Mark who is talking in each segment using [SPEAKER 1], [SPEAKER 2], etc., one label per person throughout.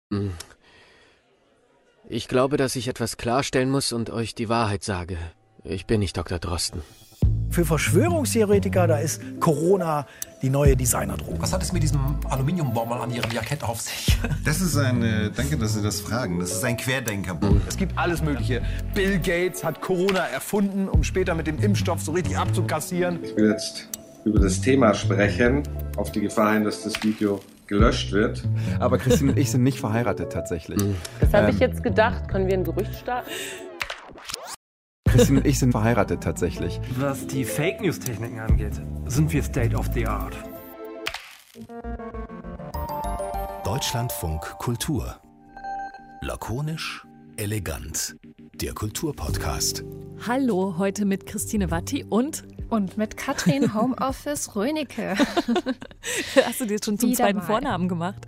[SPEAKER 1] Ich glaube, dass ich etwas klarstellen muss und euch die Wahrheit sage. Ich bin nicht Dr. Drosten.
[SPEAKER 2] Für Verschwörungstheoretiker, da ist Corona die neue Designerdroge.
[SPEAKER 3] Was hat es mit diesem Aluminiumbommel an Ihrem Jackett auf sich?
[SPEAKER 4] Das ist danke, dass Sie das fragen, das ist ein Querdenkerbuch.
[SPEAKER 5] Es gibt alles Mögliche. Bill Gates hat Corona erfunden, um später mit dem Impfstoff so richtig abzukassieren.
[SPEAKER 6] Ich will jetzt über das Thema sprechen, auf die Gefahr hin, dass das Video gelöscht wird.
[SPEAKER 7] Aber Christine und ich sind nicht verheiratet tatsächlich.
[SPEAKER 8] Das habe ich jetzt gedacht. Können wir ein Gerücht starten?
[SPEAKER 7] Christine und ich sind verheiratet tatsächlich.
[SPEAKER 9] Was die Fake-News-Techniken angeht, sind wir State of the Art.
[SPEAKER 10] Deutschlandfunk Kultur. Lakonisch, elegant. Der Kulturpodcast.
[SPEAKER 11] Hallo, heute mit Christine Watti und
[SPEAKER 12] mit Katrin Homeoffice Rönecke.
[SPEAKER 11] Hast du dir schon zum zweiten Vornamen gemacht?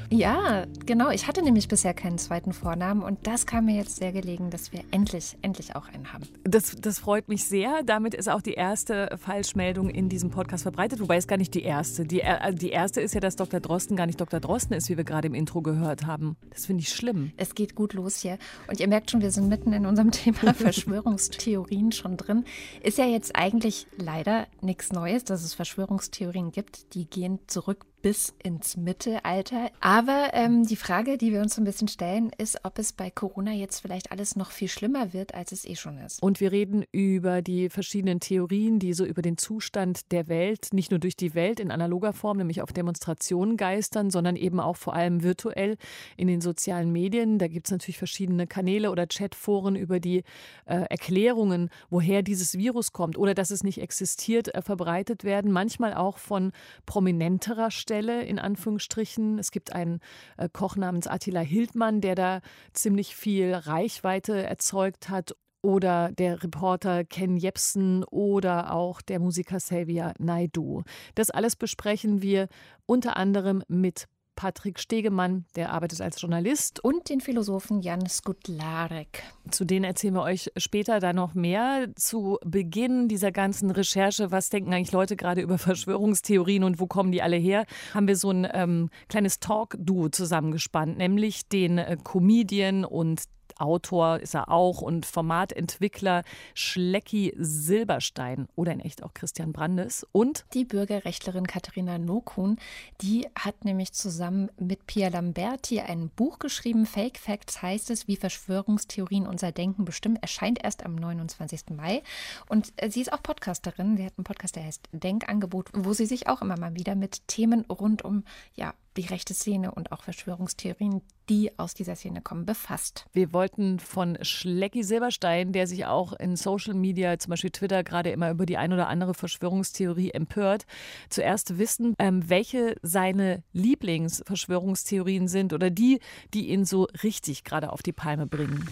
[SPEAKER 12] Ja, genau. Ich hatte nämlich bisher keinen zweiten Vornamen und das kam mir jetzt sehr gelegen, dass wir endlich auch einen haben.
[SPEAKER 11] Das freut mich sehr. Damit ist auch die erste Falschmeldung in diesem Podcast verbreitet, wobei es gar nicht die erste. Die erste ist ja, dass Dr. Drosten gar nicht Dr. Drosten ist, wie wir gerade im Intro gehört haben. Das finde ich schlimm.
[SPEAKER 12] Es geht gut los hier. Und ihr merkt schon, wir sind mitten in unserem Thema Verschwörungstheorien schon drin. Ist ja jetzt eigentlich leider nichts Neues, dass es Verschwörungstheorien gibt. Die gehen zurück bis ins Mittelalter. Aber die Frage, die wir uns so ein bisschen stellen, ist, ob es bei Corona jetzt vielleicht alles noch viel schlimmer wird, als es eh schon ist.
[SPEAKER 11] Und wir reden über die verschiedenen Theorien, die so über den Zustand der Welt, nicht nur durch die Welt in analoger Form, nämlich auf Demonstrationen geistern, sondern eben auch vor allem virtuell in den sozialen Medien. Da gibt es natürlich verschiedene Kanäle oder Chatforen über die Erklärungen, woher dieses Virus kommt oder dass es nicht existiert, verbreitet werden. Manchmal auch von prominenterer Stelle, in Anführungsstrichen. Es gibt einen Koch namens Attila Hildmann, der da ziemlich viel Reichweite erzeugt hat. Oder der Reporter Ken Jebsen oder auch der Musiker Xavier Naidoo. Das alles besprechen wir unter anderem mit Patrick Stegemann, der arbeitet als Journalist.
[SPEAKER 12] Und den Philosophen Jan Skutlarek.
[SPEAKER 11] Zu denen erzählen wir euch später da noch mehr. Zu Beginn dieser ganzen Recherche, was denken eigentlich Leute gerade über Verschwörungstheorien und wo kommen die alle her, haben wir so ein kleines Talk-Duo zusammengespannt, nämlich den Comedian und Autor ist er auch und Formatentwickler Schlecki Silberstein oder in echt auch Christian Brandes und
[SPEAKER 12] die Bürgerrechtlerin Katharina Nokun, die hat nämlich zusammen mit Pia Lamberti ein Buch geschrieben, Fake Facts heißt es, wie Verschwörungstheorien unser Denken bestimmen, erscheint erst am 29. Mai und sie ist auch Podcasterin, sie hat einen Podcast, der heißt Denkangebot, wo sie sich auch immer mal wieder mit Themen rund um die rechte Szene und auch Verschwörungstheorien, die aus dieser Szene kommen, befasst.
[SPEAKER 11] Wir wollten von Schlecki Silberstein, der sich auch in Social Media, zum Beispiel Twitter, gerade immer über die ein oder andere Verschwörungstheorie empört, zuerst wissen, welche seine Lieblingsverschwörungstheorien sind oder die ihn so richtig gerade auf die Palme bringen.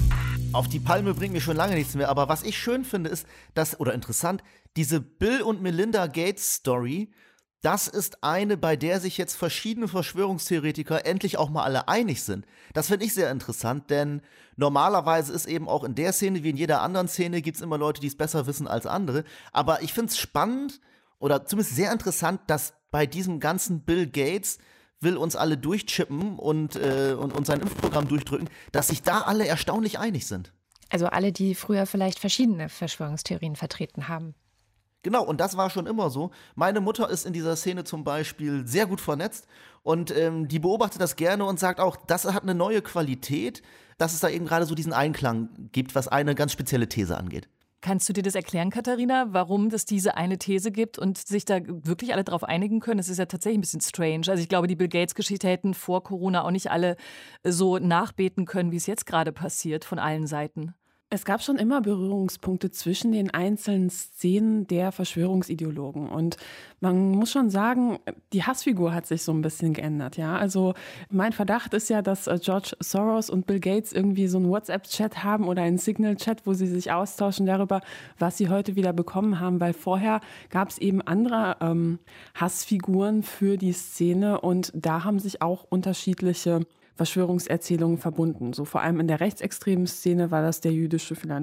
[SPEAKER 13] Auf die Palme bringt mir schon lange nichts mehr, aber was ich schön finde, ist, oder interessant, diese Bill und Melinda Gates Story, das ist eine, bei der sich jetzt verschiedene Verschwörungstheoretiker endlich auch mal alle einig sind. Das finde ich sehr interessant, denn normalerweise ist eben auch in der Szene wie in jeder anderen Szene gibt es immer Leute, die es besser wissen als andere. Aber ich finde es spannend oder zumindest sehr interessant, dass bei diesem ganzen Bill Gates will uns alle durchchippen und sein Impfprogramm durchdrücken, dass sich da alle erstaunlich einig sind.
[SPEAKER 12] Also alle, die früher vielleicht verschiedene Verschwörungstheorien vertreten haben.
[SPEAKER 13] Genau, und das war schon immer so. Meine Mutter ist in dieser Szene zum Beispiel sehr gut vernetzt und die beobachtet das gerne und sagt auch, das hat eine neue Qualität, dass es da eben gerade so diesen Einklang gibt, was eine ganz spezielle These angeht.
[SPEAKER 11] Kannst du dir das erklären, Katharina, warum es diese eine These gibt und sich da wirklich alle drauf einigen können? Das ist ja tatsächlich ein bisschen strange. Also ich glaube, die Bill Gates-Geschichte hätten vor Corona auch nicht alle so nachbeten können, wie es jetzt gerade passiert, von allen Seiten.
[SPEAKER 14] Es gab schon immer Berührungspunkte zwischen den einzelnen Szenen der Verschwörungsideologen. Und man muss schon sagen, die Hassfigur hat sich so ein bisschen geändert. Ja? Also mein Verdacht ist ja, dass George Soros und Bill Gates irgendwie so einen WhatsApp-Chat haben oder einen Signal-Chat, wo sie sich austauschen darüber, was sie heute wieder bekommen haben. Weil vorher gab es eben andere Hassfiguren für die Szene und da haben sich auch unterschiedliche Verschwörungserzählungen verbunden. So vor allem in der rechtsextremen Szene war das der jüdische Philanthrop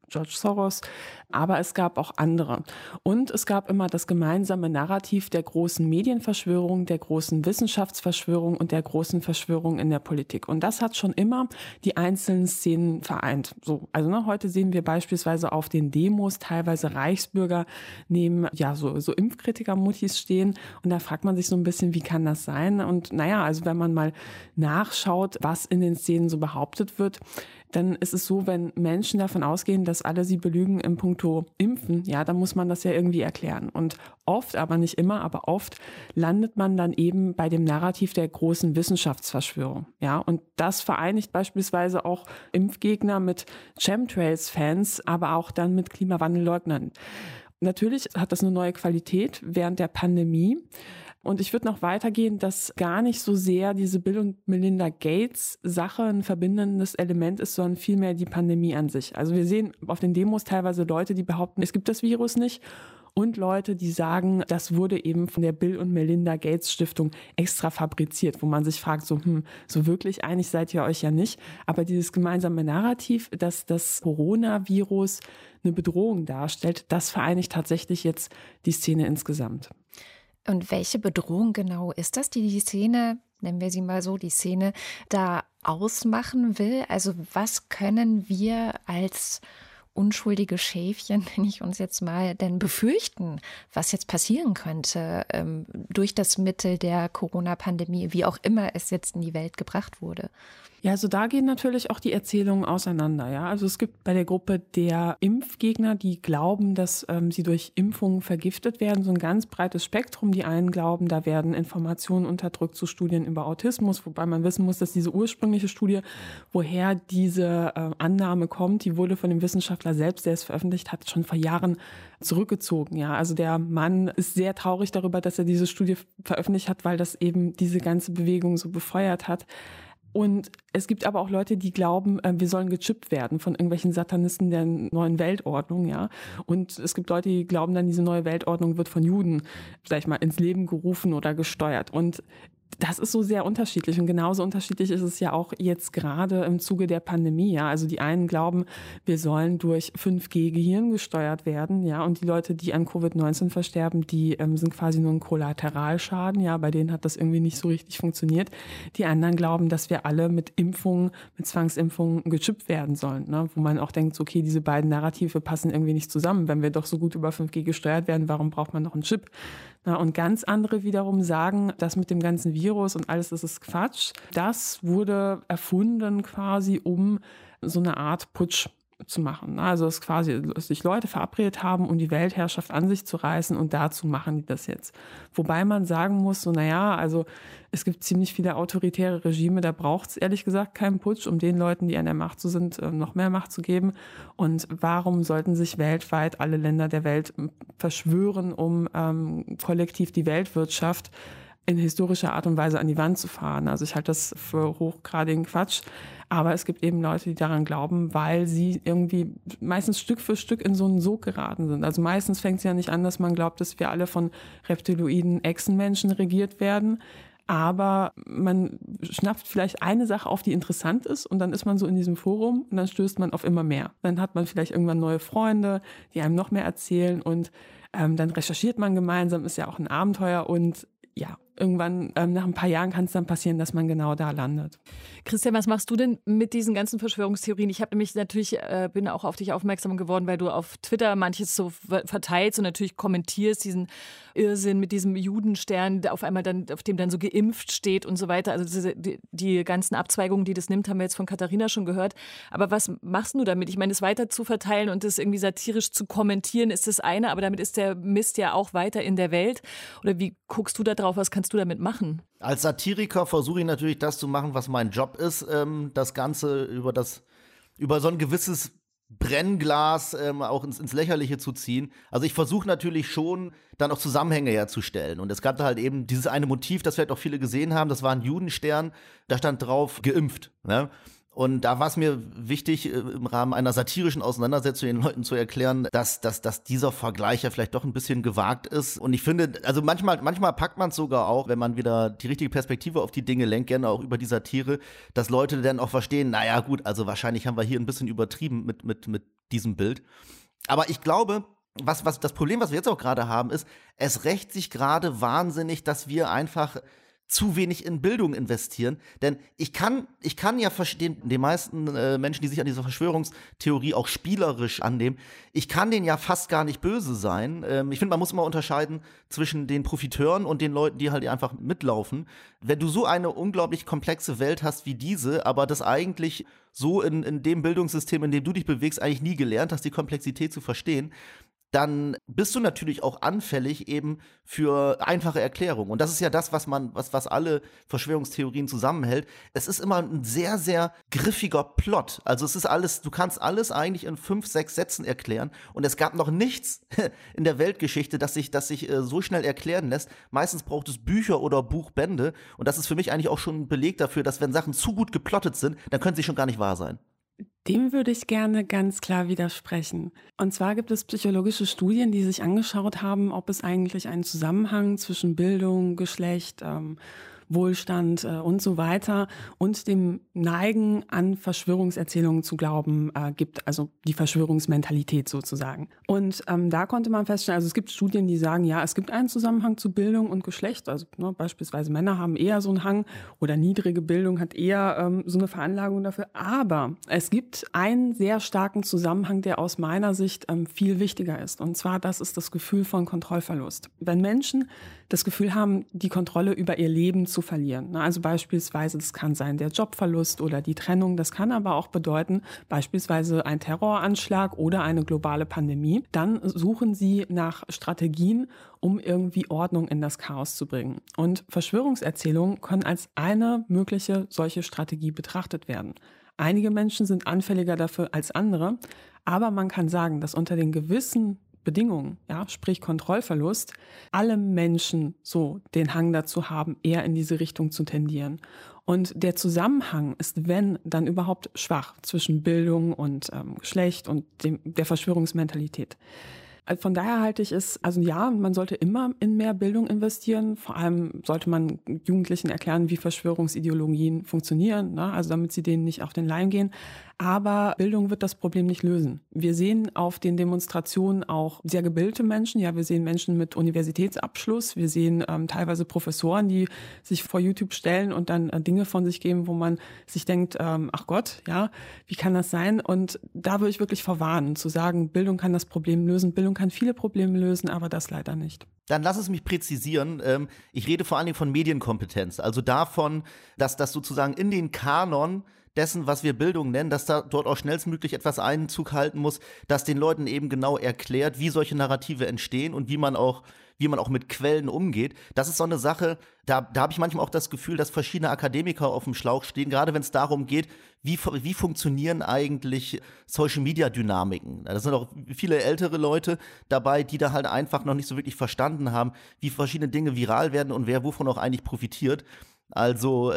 [SPEAKER 14] George Soros, aber es gab auch andere. Und es gab immer das gemeinsame Narrativ der großen Medienverschwörung, der großen Wissenschaftsverschwörung und der großen Verschwörung in der Politik. Und das hat schon immer die einzelnen Szenen vereint. So, also heute sehen wir beispielsweise auf den Demos teilweise Reichsbürger neben so Impfkritiker-Muttis stehen. Und da fragt man sich so ein bisschen, wie kann das sein? Und also wenn man mal nachschaut, was in den Szenen so behauptet wird, dann ist es so, wenn Menschen davon ausgehen, dass alle sie belügen im Puncto Impfen, dann muss man das ja irgendwie erklären. Und oft, aber nicht immer, aber oft landet man dann eben bei dem Narrativ der großen Wissenschaftsverschwörung. Ja, und das vereinigt beispielsweise auch Impfgegner mit Chemtrails-Fans, aber auch dann mit Klimawandelleugnern. Natürlich hat das eine neue Qualität während der Pandemie. Und ich würde noch weitergehen, dass gar nicht so sehr diese Bill und Melinda Gates Sache ein verbindendes Element ist, sondern vielmehr die Pandemie an sich. Also wir sehen auf den Demos teilweise Leute, die behaupten, es gibt das Virus nicht, und Leute, die sagen, das wurde eben von der Bill und Melinda Gates Stiftung extra fabriziert, wo man sich fragt, so wirklich einig seid ihr euch ja nicht. Aber dieses gemeinsame Narrativ, dass das Coronavirus eine Bedrohung darstellt, das vereinigt tatsächlich jetzt die Szene insgesamt.
[SPEAKER 12] Und welche Bedrohung genau ist das, die Szene, nennen wir sie mal so, die Szene da ausmachen will? Also was können wir als unschuldige Schäfchen, nenne ich uns jetzt mal, denn befürchten, was jetzt passieren könnte durch das Mittel der Corona-Pandemie, wie auch immer es jetzt in die Welt gebracht wurde?
[SPEAKER 14] Ja, also da gehen natürlich auch die Erzählungen auseinander. Ja, also es gibt bei der Gruppe der Impfgegner, die glauben, dass sie durch Impfungen vergiftet werden, so ein ganz breites Spektrum. Die einen glauben, da werden Informationen unterdrückt zu Studien über Autismus, wobei man wissen muss, dass diese ursprüngliche Studie, woher diese Annahme kommt, die wurde von dem Wissenschaftler selbst, der es veröffentlicht hat, schon vor Jahren zurückgezogen. Ja, also der Mann ist sehr traurig darüber, dass er diese Studie veröffentlicht hat, weil das eben diese ganze Bewegung so befeuert hat. Und es gibt aber auch Leute, die glauben, wir sollen gechippt werden von irgendwelchen Satanisten der neuen Weltordnung, ja. Und es gibt Leute, die glauben dann, diese neue Weltordnung wird von Juden, sag ich mal, ins Leben gerufen oder gesteuert. Und das ist so sehr unterschiedlich und genauso unterschiedlich ist es ja auch jetzt gerade im Zuge der Pandemie, ja. Also die einen glauben, wir sollen durch 5G Gehirn gesteuert werden, ja. Und die Leute, die an Covid-19 versterben, die sind quasi nur ein Kollateralschaden, ja. Bei denen hat das irgendwie nicht so richtig funktioniert. Die anderen glauben, dass wir alle mit Impfungen, mit Zwangsimpfungen gechippt werden sollen, ne? Wo man auch denkt, okay, diese beiden Narrative passen irgendwie nicht zusammen. Wenn wir doch so gut über 5G gesteuert werden, warum braucht man noch einen Chip? Na, und ganz andere wiederum sagen, das mit dem ganzen Virus und alles, das ist Quatsch. Das wurde erfunden quasi, um so eine Art Putsch zu machen. Also dass quasi sich Leute verabredet haben, um die Weltherrschaft an sich zu reißen und dazu machen die das jetzt. Wobei man sagen muss, also es gibt ziemlich viele autoritäre Regime, da braucht es ehrlich gesagt keinen Putsch, um den Leuten, die an der Macht so sind, noch mehr Macht zu geben. Und warum sollten sich weltweit alle Länder der Welt verschwören, um kollektiv die Weltwirtschaft in historischer Art und Weise an die Wand zu fahren? Also ich halte das für hochgradigen Quatsch. Aber es gibt eben Leute, die daran glauben, weil sie irgendwie meistens Stück für Stück in so einen Sog geraten sind. Also meistens fängt es ja nicht an, dass man glaubt, dass wir alle von reptiloiden Echsenmenschen regiert werden. Aber man schnappt vielleicht eine Sache auf, die interessant ist, und dann ist man so in diesem Forum und dann stößt man auf immer mehr. Dann hat man vielleicht irgendwann neue Freunde, die einem noch mehr erzählen, und dann recherchiert man gemeinsam, ist ja auch ein Abenteuer, und ja, irgendwann nach ein paar Jahren kann es dann passieren, dass man genau da landet.
[SPEAKER 11] Christian, was machst du denn mit diesen ganzen Verschwörungstheorien? Ich habe nämlich bin auch auf dich aufmerksam geworden, weil du auf Twitter manches so verteilst und natürlich kommentierst, diesen Irrsinn mit diesem Judenstern, der auf einmal dann, auf dem dann so geimpft steht und so weiter. Also die ganzen Abzweigungen, die das nimmt, haben wir jetzt von Katharina schon gehört. Aber was machst du damit? Ich meine, das weiter zu verteilen und das irgendwie satirisch zu kommentieren, ist das eine, aber damit ist der Mist ja auch weiter in der Welt. Oder wie guckst du da drauf? Was kannst du damit machen?
[SPEAKER 13] Als Satiriker versuche ich natürlich das zu machen, was mein Job ist, das Ganze über so ein gewisses Brennglas auch ins Lächerliche zu ziehen. Also ich versuche natürlich schon, dann auch Zusammenhänge herzustellen. Und es gab da halt eben dieses eine Motiv, das vielleicht auch viele gesehen haben, das war ein Judenstern, da stand drauf, geimpft, ne? Und da war es mir wichtig, im Rahmen einer satirischen Auseinandersetzung den Leuten zu erklären, dass dieser Vergleich ja vielleicht doch ein bisschen gewagt ist. Und ich finde, also manchmal packt man es sogar auch, wenn man wieder die richtige Perspektive auf die Dinge lenkt, gerne auch über die Satire, dass Leute dann auch verstehen, naja gut, also wahrscheinlich haben wir hier ein bisschen übertrieben mit diesem Bild. Aber ich glaube, was das Problem, was wir jetzt auch gerade haben, ist, es rächt sich gerade wahnsinnig, dass wir einfach zu wenig in Bildung investieren, denn ich kann ja verstehen, den meisten Menschen, die sich an dieser Verschwörungstheorie auch spielerisch annehmen, ich kann denen ja fast gar nicht böse sein. Ich finde, man muss immer unterscheiden zwischen den Profiteuren und den Leuten, die halt einfach mitlaufen. Wenn du so eine unglaublich komplexe Welt hast wie diese, aber das eigentlich so in dem Bildungssystem, in dem du dich bewegst, eigentlich nie gelernt hast, die Komplexität zu verstehen, dann bist du natürlich auch anfällig eben für einfache Erklärungen. Und das ist ja das, was alle Verschwörungstheorien zusammenhält. Es ist immer ein sehr, sehr griffiger Plot. Also es ist alles, du kannst alles eigentlich in 5, 6 Sätzen erklären. Und es gab noch nichts in der Weltgeschichte, das sich so schnell erklären lässt. Meistens braucht es Bücher oder Buchbände. Und das ist für mich eigentlich auch schon ein Beleg dafür, dass wenn Sachen zu gut geplottet sind, dann können sie schon gar nicht wahr sein.
[SPEAKER 14] Dem würde ich gerne ganz klar widersprechen. Und zwar gibt es psychologische Studien, die sich angeschaut haben, ob es eigentlich einen Zusammenhang zwischen Bildung, Geschlecht, Wohlstand und so weiter und dem Neigen an Verschwörungserzählungen zu glauben gibt, also die Verschwörungsmentalität sozusagen. Und da konnte man feststellen, also es gibt Studien, die sagen, ja, es gibt einen Zusammenhang zu Bildung und Geschlecht, also beispielsweise Männer haben eher so einen Hang oder niedrige Bildung hat eher so eine Veranlagung dafür, aber es gibt einen sehr starken Zusammenhang, der aus meiner Sicht viel wichtiger ist, und zwar das ist das Gefühl von Kontrollverlust. Wenn Menschen das Gefühl haben, die Kontrolle über ihr Leben zu verlieren. Also beispielsweise, das kann sein der Jobverlust oder die Trennung, das kann aber auch bedeuten, beispielsweise ein Terroranschlag oder eine globale Pandemie. Dann suchen sie nach Strategien, um irgendwie Ordnung in das Chaos zu bringen. Und Verschwörungserzählungen können als eine mögliche solche Strategie betrachtet werden. Einige Menschen sind anfälliger dafür als andere, aber man kann sagen, dass unter den gewissen Bedingungen, ja, sprich Kontrollverlust, alle Menschen so den Hang dazu haben, eher in diese Richtung zu tendieren. Und der Zusammenhang ist, wenn, dann überhaupt schwach zwischen Bildung und Geschlecht und der Verschwörungsmentalität. Von daher halte ich es, also ja, man sollte immer in mehr Bildung investieren. Vor allem sollte man Jugendlichen erklären, wie Verschwörungsideologien funktionieren, ne? Also damit sie denen nicht auf den Leim gehen. Aber Bildung wird das Problem nicht lösen. Wir sehen auf den Demonstrationen auch sehr gebildete Menschen. Ja, wir sehen Menschen mit Universitätsabschluss. Wir sehen teilweise Professoren, die sich vor YouTube stellen und dann Dinge von sich geben, wo man sich denkt, ach Gott, ja, wie kann das sein? Und da würde ich wirklich verwarnen, zu sagen, Bildung kann das Problem lösen. Bildung kann viele Probleme lösen, aber das leider nicht.
[SPEAKER 13] Dann lass es mich präzisieren. Ich rede vor allen Dingen von Medienkompetenz. Also davon, dass das sozusagen in den Kanon dessen, was wir Bildung nennen, dass da dort auch schnellstmöglich etwas Einzug halten muss, das den Leuten eben genau erklärt, wie solche Narrative entstehen und wie man auch mit Quellen umgeht. Das ist so eine Sache, da habe ich manchmal auch das Gefühl, dass verschiedene Akademiker auf dem Schlauch stehen, gerade wenn es darum geht, wie funktionieren eigentlich Social-Media-Dynamiken. Da sind auch viele ältere Leute dabei, die da halt einfach noch nicht so wirklich verstanden haben, wie verschiedene Dinge viral werden und wer wovon auch eigentlich profitiert. Also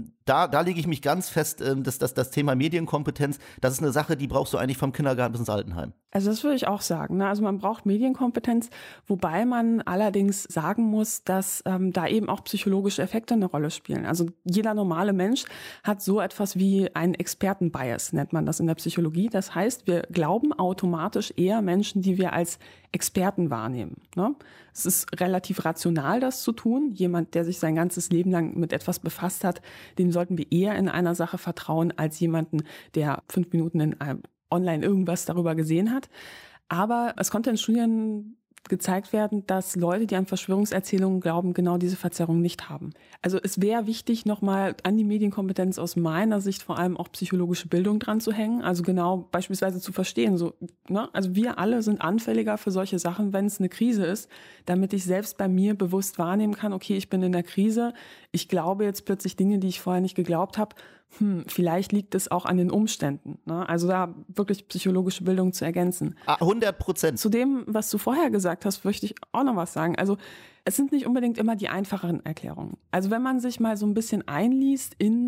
[SPEAKER 13] da lege ich mich ganz fest, das Thema Medienkompetenz, das ist eine Sache, die brauchst du eigentlich vom Kindergarten bis ins Altenheim.
[SPEAKER 14] Also das würde ich auch sagen, ne? Also man braucht Medienkompetenz, wobei man allerdings sagen muss, dass da eben auch psychologische Effekte eine Rolle spielen. Also jeder normale Mensch hat so etwas wie einen Expertenbias, nennt man das in der Psychologie. Das heißt, wir glauben automatisch eher Menschen, die wir als Experten wahrnehmen, ne? Es ist relativ rational, das zu tun. Jemand, der sich sein ganzes Leben lang mit etwas befasst hat, dem sollten wir eher in einer Sache vertrauen, als jemanden, der 5 Minuten in einem online irgendwas darüber gesehen hat. Aber es konnte in Studien gezeigt werden, dass Leute, die an Verschwörungserzählungen glauben, genau diese Verzerrung nicht haben. Also es wäre wichtig, nochmal an die Medienkompetenz aus meiner Sicht vor allem auch psychologische Bildung dran zu hängen. Also genau beispielsweise zu verstehen, so, ne? Also wir alle sind anfälliger für solche Sachen, wenn es eine Krise ist, damit ich selbst bei mir bewusst wahrnehmen kann, okay, ich bin in der Krise, ich glaube jetzt plötzlich Dinge, die ich vorher nicht geglaubt habe, vielleicht liegt es auch an den Umständen, ne? Also da wirklich psychologische Bildung zu ergänzen.
[SPEAKER 13] 100%.
[SPEAKER 14] Zu dem, was du vorher gesagt hast, möchte ich auch noch was sagen. Also es sind nicht unbedingt immer die einfacheren Erklärungen. Also wenn man sich mal so ein bisschen einliest in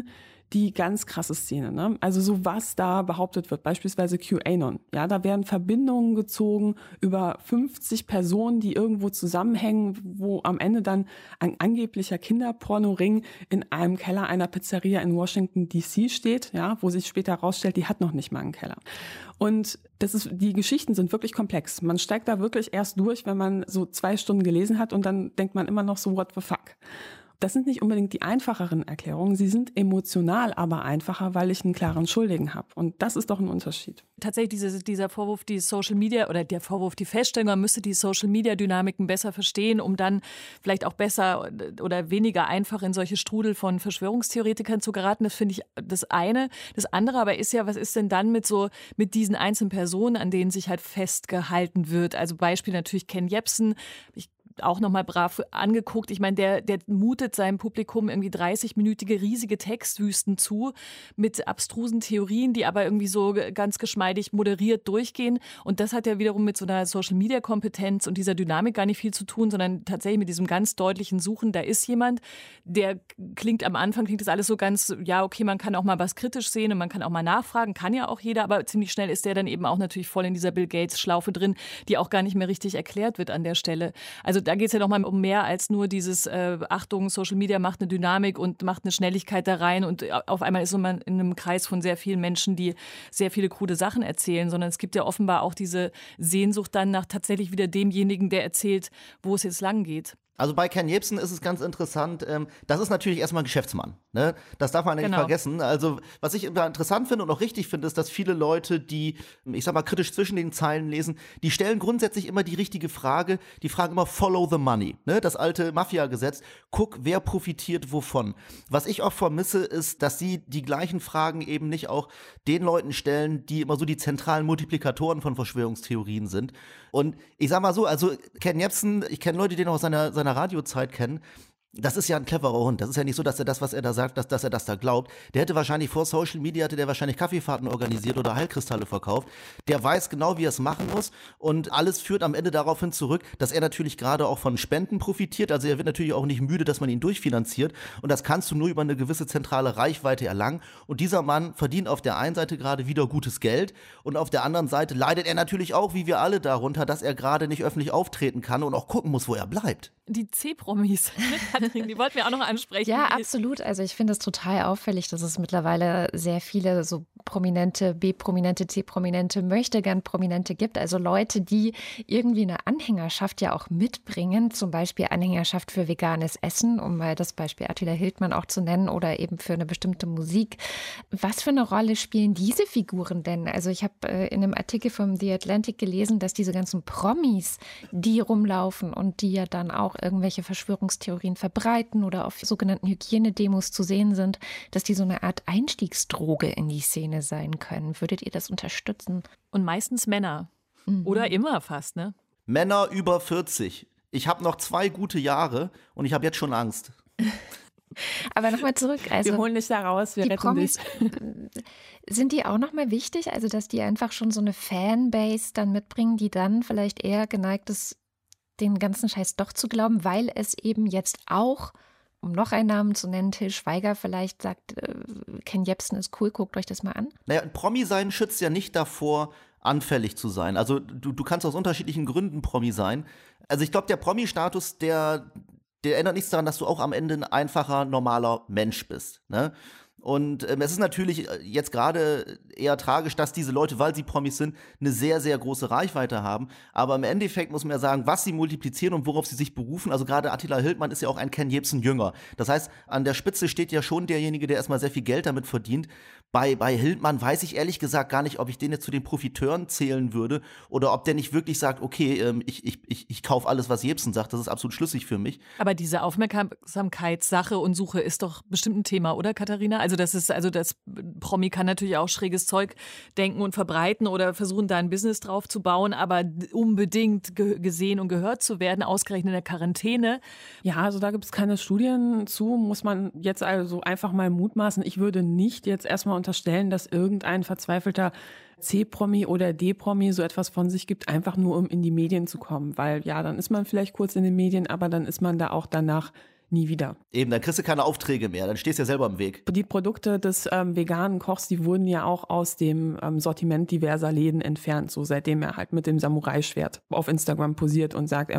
[SPEAKER 14] die ganz krasse Szene, ne? Also so was da behauptet wird, beispielsweise QAnon. Ja, da werden Verbindungen gezogen über 50 Personen, die irgendwo zusammenhängen, wo am Ende dann ein angeblicher Kinderpornoring in einem Keller einer Pizzeria in Washington D.C. steht, ja, wo sich später herausstellt, die hat noch nicht mal einen Keller. Und die Geschichten sind wirklich komplex. Man steigt da wirklich erst durch, wenn man so 2 Stunden gelesen hat und dann denkt man immer noch so, what the fuck? Das sind nicht unbedingt die einfacheren Erklärungen, sie sind emotional aber einfacher, weil ich einen klaren Schuldigen habe. Und das ist doch ein Unterschied.
[SPEAKER 11] Tatsächlich dieser Vorwurf, die Social Media oder der Vorwurf, die Feststellung, man müsste die Social Media Dynamiken besser verstehen, um dann vielleicht auch besser oder weniger einfach in solche Strudel von Verschwörungstheoretikern zu geraten. Das finde ich das eine. Das andere aber ist ja, was ist denn dann mit diesen einzelnen Personen, an denen sich halt festgehalten wird? Also Beispiel natürlich Ken Jebsen. Ich auch nochmal brav angeguckt. Ich meine, der mutet seinem Publikum irgendwie 30-minütige riesige Textwüsten zu mit abstrusen Theorien, die aber irgendwie so ganz geschmeidig moderiert durchgehen. Und das hat ja wiederum mit so einer Social-Media-Kompetenz und dieser Dynamik gar nicht viel zu tun, sondern tatsächlich mit diesem ganz deutlichen Suchen. Da ist jemand, der am Anfang klingt das alles so ganz, ja, okay, man kann auch mal was kritisch sehen und man kann auch mal nachfragen, kann ja auch jeder, aber ziemlich schnell ist der dann eben auch natürlich voll in dieser Bill Gates-Schlaufe drin, die auch gar nicht mehr richtig erklärt wird an der Stelle. Also da geht es ja noch mal um mehr als nur dieses Achtung, Social Media macht eine Dynamik und macht eine Schnelligkeit da rein und auf einmal ist man in einem Kreis von sehr vielen Menschen, die sehr viele krude Sachen erzählen, sondern es gibt ja offenbar auch diese Sehnsucht dann nach tatsächlich wieder demjenigen, der erzählt, wo es jetzt lang geht.
[SPEAKER 13] Also bei Ken Jebsen ist es ganz interessant, das ist natürlich erstmal ein Geschäftsmann, ne? Das darf man nicht vergessen. Also was ich interessant finde und auch richtig finde, ist, dass viele Leute, die, ich sag mal, kritisch zwischen den Zeilen lesen, die stellen grundsätzlich immer die richtige Frage, die fragen immer follow the money, ne? Das alte Mafia-Gesetz, guck, wer profitiert wovon. Was ich auch vermisse, ist, dass sie die gleichen Fragen eben nicht auch den Leuten stellen, die immer so die zentralen Multiplikatoren von Verschwörungstheorien sind. Und ich sag mal so, also Ken Jebsen, ich kenne Leute, die den auch aus seiner Radiozeit kennen. Das ist ja ein cleverer Hund. Das ist ja nicht so, dass er das, was er da sagt, dass er das da glaubt. Der hätte wahrscheinlich vor Social Media, Kaffeefahrten organisiert oder Heilkristalle verkauft. Der weiß genau, wie er es machen muss. Und alles führt am Ende darauf hin zurück, dass er natürlich gerade auch von Spenden profitiert. Also er wird natürlich auch nicht müde, dass man ihn durchfinanziert. Und das kannst du nur über eine gewisse zentrale Reichweite erlangen. Und dieser Mann verdient auf der einen Seite gerade wieder gutes Geld. Und auf der anderen Seite leidet er natürlich auch, wie wir alle, darunter, dass er gerade nicht öffentlich auftreten kann und auch gucken muss, wo er bleibt.
[SPEAKER 11] Die C-Promis, die wollten wir auch noch ansprechen.
[SPEAKER 12] Ja, absolut. Also ich finde es total auffällig, dass es mittlerweile sehr viele so Prominente, B-Prominente, C-Prominente, Möchtegern-Prominente gibt. Also Leute, die irgendwie eine Anhängerschaft ja auch mitbringen. Zum Beispiel Anhängerschaft für veganes Essen, um mal das Beispiel Attila Hildmann auch zu nennen, oder eben für eine bestimmte Musik. Was für eine Rolle spielen diese Figuren denn? Also ich habe in einem Artikel vom The Atlantic gelesen, dass diese ganzen Promis, die rumlaufen und die ja dann auch irgendwelche Verschwörungstheorien verbreiten oder auf sogenannten Hygienedemos zu sehen sind, dass die so eine Art Einstiegsdroge in die Szene sein können. Würdet ihr das unterstützen?
[SPEAKER 11] Und meistens Männer. Oder immer fast, ne?
[SPEAKER 13] Männer über 40. Ich habe noch 2 gute Jahre und ich habe jetzt schon Angst.
[SPEAKER 12] Aber nochmal zurück. Also
[SPEAKER 14] wir holen dich da raus, wir retten
[SPEAKER 12] Promis,
[SPEAKER 14] dich.
[SPEAKER 12] Sind die auch nochmal wichtig? Also dass die einfach schon so eine Fanbase dann mitbringen, die dann vielleicht eher geneigt ist, den ganzen Scheiß doch zu glauben, weil es eben jetzt auch, um noch einen Namen zu nennen, Till Schweiger vielleicht sagt, Ken Jebsen ist cool, guckt euch das mal an.
[SPEAKER 13] Naja, ein Promi sein schützt ja nicht davor, anfällig zu sein. Also du kannst aus unterschiedlichen Gründen Promi sein. Also ich glaube, der Promi-Status, der ändert nichts daran, dass du auch am Ende ein einfacher, normaler Mensch bist, ne? Und es ist natürlich jetzt gerade eher tragisch, dass diese Leute, weil sie Promis sind, eine sehr, sehr große Reichweite haben. Aber im Endeffekt muss man ja sagen, was sie multiplizieren und worauf sie sich berufen. Also gerade Attila Hildmann ist ja auch ein Ken Jebsen Jünger. Das heißt, an der Spitze steht ja schon derjenige, der erstmal sehr viel Geld damit verdient. Bei Hildmann weiß ich ehrlich gesagt gar nicht, ob ich den jetzt zu den Profiteuren zählen würde oder ob der nicht wirklich sagt, okay, ich kaufe alles, was Jebsen sagt. Das ist absolut schlüssig für mich.
[SPEAKER 11] Aber diese Aufmerksamkeitssache und Suche ist doch bestimmt ein Thema, oder Katharina? Also das Promi kann natürlich auch schräges Zeug denken und verbreiten oder versuchen, da ein Business drauf zu bauen, aber unbedingt gesehen und gehört zu werden, ausgerechnet in der Quarantäne.
[SPEAKER 14] Ja, also da gibt es keine Studien zu, muss man jetzt also einfach mal mutmaßen. Ich würde nicht jetzt erstmal unterstellen, dass irgendein verzweifelter C-Promi oder D-Promi so etwas von sich gibt, einfach nur um in die Medien zu kommen, weil ja, dann ist man vielleicht kurz in den Medien, aber dann ist man da auch danach nie wieder.
[SPEAKER 13] Eben, dann kriegst du keine Aufträge mehr, dann stehst du ja selber im Weg.
[SPEAKER 14] Die Produkte des veganen Kochs, die wurden ja auch aus dem Sortiment diverser Läden entfernt, so seitdem er halt mit dem Samurai-Schwert auf Instagram posiert und sagt,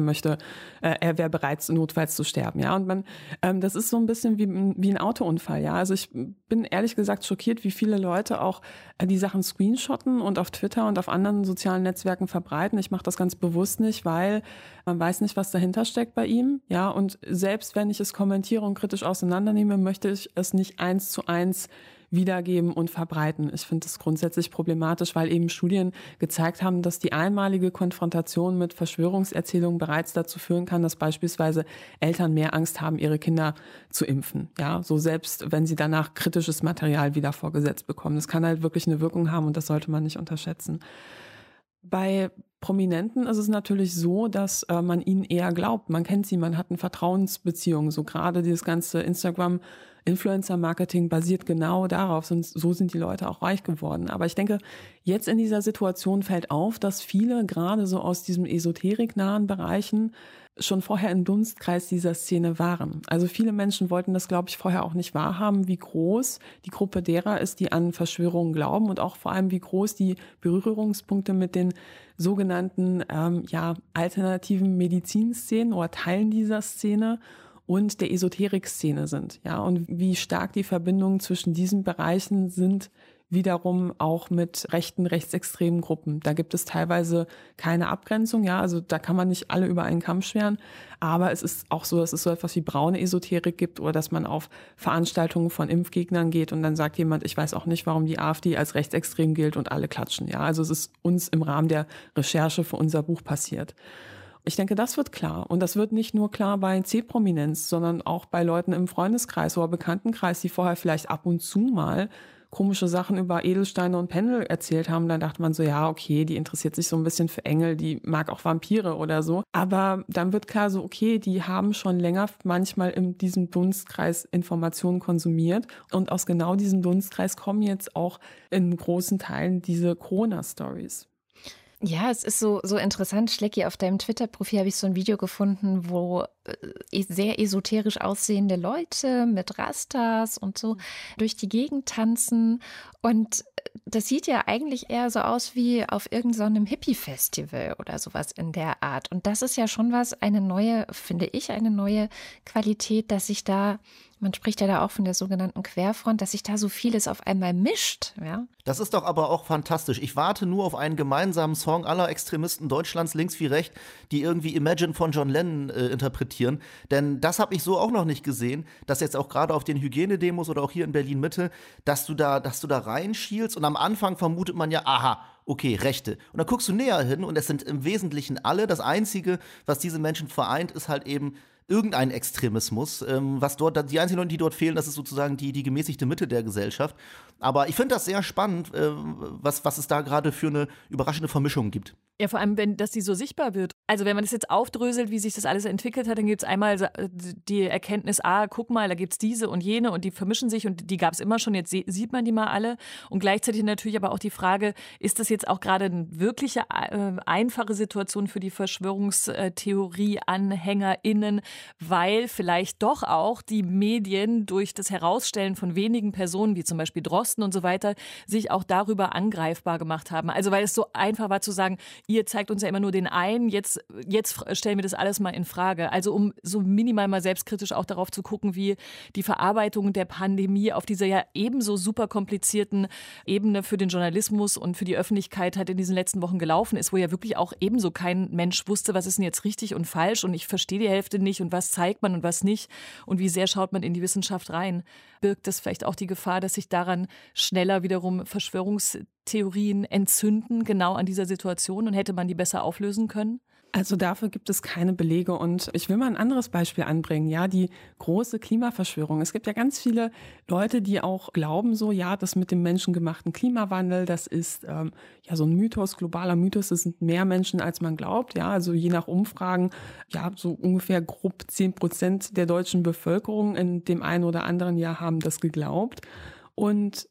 [SPEAKER 14] er wäre bereit, notfalls zu sterben. Ja, und das ist so ein bisschen wie ein Autounfall. Ja, also ich bin ehrlich gesagt schockiert, wie viele Leute auch die Sachen screenshotten und auf Twitter und auf anderen sozialen Netzwerken verbreiten. Ich mache das ganz bewusst nicht, weil man weiß nicht, was dahinter steckt bei ihm. Ja, und selbst wenn ich es kommentiere und kritisch auseinandernehme, möchte ich es nicht 1:1 wiedergeben und verbreiten. Ich finde das grundsätzlich problematisch, weil eben Studien gezeigt haben, dass die einmalige Konfrontation mit Verschwörungserzählungen bereits dazu führen kann, dass beispielsweise Eltern mehr Angst haben, ihre Kinder zu impfen. Ja, so selbst wenn sie danach kritisches Material wieder vorgesetzt bekommen. Das kann halt wirklich eine Wirkung haben und das sollte man nicht unterschätzen. Bei Prominenten ist es natürlich so, dass man ihnen eher glaubt. Man kennt sie, man hat eine Vertrauensbeziehung. So gerade dieses ganze Instagram-Influencer-Marketing basiert genau darauf. Und so sind die Leute auch reich geworden. Aber ich denke, jetzt in dieser Situation fällt auf, dass viele gerade so aus diesen esoteriknahen Bereichen schon vorher im Dunstkreis dieser Szene waren. Also viele Menschen wollten das, glaube ich, vorher auch nicht wahrhaben, wie groß die Gruppe derer ist, die an Verschwörungen glauben und auch vor allem, wie groß die Berührungspunkte mit den sogenannten alternativen Medizinszenen oder Teilen dieser Szene und der Esoterik-Szene sind. Ja, und wie stark die Verbindungen zwischen diesen Bereichen sind, wiederum auch mit rechtsextremen Gruppen. Da gibt es teilweise keine Abgrenzung, ja, also da kann man nicht alle über einen Kamm scheren, aber es ist auch so, dass es so etwas wie braune Esoterik gibt oder dass man auf Veranstaltungen von Impfgegnern geht und dann sagt jemand, ich weiß auch nicht, warum die AfD als rechtsextrem gilt und alle klatschen, ja, also es ist uns im Rahmen der Recherche für unser Buch passiert. Ich denke, das wird klar. Und das wird nicht nur klar bei C-Prominenz, sondern auch bei Leuten im Freundeskreis oder Bekanntenkreis, die vorher vielleicht ab und zu mal komische Sachen über Edelsteine und Pendel erzählt haben, dann dachte man so, ja, okay, die interessiert sich so ein bisschen für Engel, die mag auch Vampire oder so. Aber dann wird klar so, okay, die haben schon länger manchmal in diesem Dunstkreis Informationen konsumiert und aus genau diesem Dunstkreis kommen jetzt auch in großen Teilen diese Corona-Stories.
[SPEAKER 12] Ja, es ist so interessant, Schlecki, auf deinem Twitter-Profil habe ich so ein Video gefunden, wo sehr esoterisch aussehende Leute mit Rastas und so durch die Gegend tanzen. Und das sieht ja eigentlich eher so aus wie auf irgendeinem Hippie-Festival oder sowas in der Art. Und das ist ja schon eine neue Qualität, dass sich da, man spricht ja da auch von der sogenannten Querfront, dass sich da so vieles auf einmal mischt. Ja?
[SPEAKER 13] Das ist doch aber auch fantastisch. Ich warte nur auf einen gemeinsamen Song aller Extremisten Deutschlands, links wie rechts, die irgendwie Imagine von John Lennon interpretieren. Denn das habe ich so auch noch nicht gesehen, dass jetzt auch gerade auf den Hygienedemos oder auch hier in Berlin-Mitte, dass du da reinschielst und am Anfang vermutet man ja, aha, okay, Rechte. Und dann guckst du näher hin und es sind im Wesentlichen alle. Das Einzige, was diese Menschen vereint, ist halt eben irgendein Extremismus, was dort, die einzigen Leute, die dort fehlen, das ist sozusagen die gemäßigte Mitte der Gesellschaft. Aber ich finde das sehr spannend, was es da gerade für eine überraschende Vermischung gibt.
[SPEAKER 11] Ja, vor allem, dass die so sichtbar wird. Also wenn man das jetzt aufdröselt, wie sich das alles entwickelt hat, dann gibt es einmal die Erkenntnis, guck mal, da gibt es diese und jene und die vermischen sich und die gab es immer schon, jetzt sieht man die mal alle. Und gleichzeitig natürlich aber auch die Frage, ist das jetzt auch gerade eine wirkliche einfache Situation für die Verschwörungstheorie-AnhängerInnen, weil vielleicht doch auch die Medien durch das Herausstellen von wenigen Personen, wie zum Beispiel Drosten und so weiter, sich auch darüber angreifbar gemacht haben. Also weil es so einfach war zu sagen, ihr zeigt uns ja immer nur den einen, jetzt stellen wir das alles mal in Frage. Also um so minimal mal selbstkritisch auch darauf zu gucken, wie die Verarbeitung der Pandemie auf dieser ja ebenso super komplizierten Ebene für den Journalismus und für die Öffentlichkeit halt in diesen letzten Wochen gelaufen ist, wo ja wirklich auch ebenso kein Mensch wusste, was ist denn jetzt richtig und falsch und ich verstehe die Hälfte nicht und was zeigt man und was nicht und wie sehr schaut man in die Wissenschaft rein. Birgt das vielleicht auch die Gefahr, dass sich daran schneller wiederum Verschwörungstheorien entzünden, genau an dieser Situation, und hätte man die besser auflösen können?
[SPEAKER 14] Also dafür gibt es keine Belege und ich will mal ein anderes Beispiel anbringen, ja, die große Klimaverschwörung. Es gibt ja ganz viele Leute, die auch glauben so, ja, das mit dem menschengemachten Klimawandel, das ist ja so ein Mythos, globaler Mythos, es sind mehr Menschen, als man glaubt, ja, also je nach Umfragen, ja, so ungefähr grob 10% der deutschen Bevölkerung in dem einen oder anderen Jahr haben das geglaubt und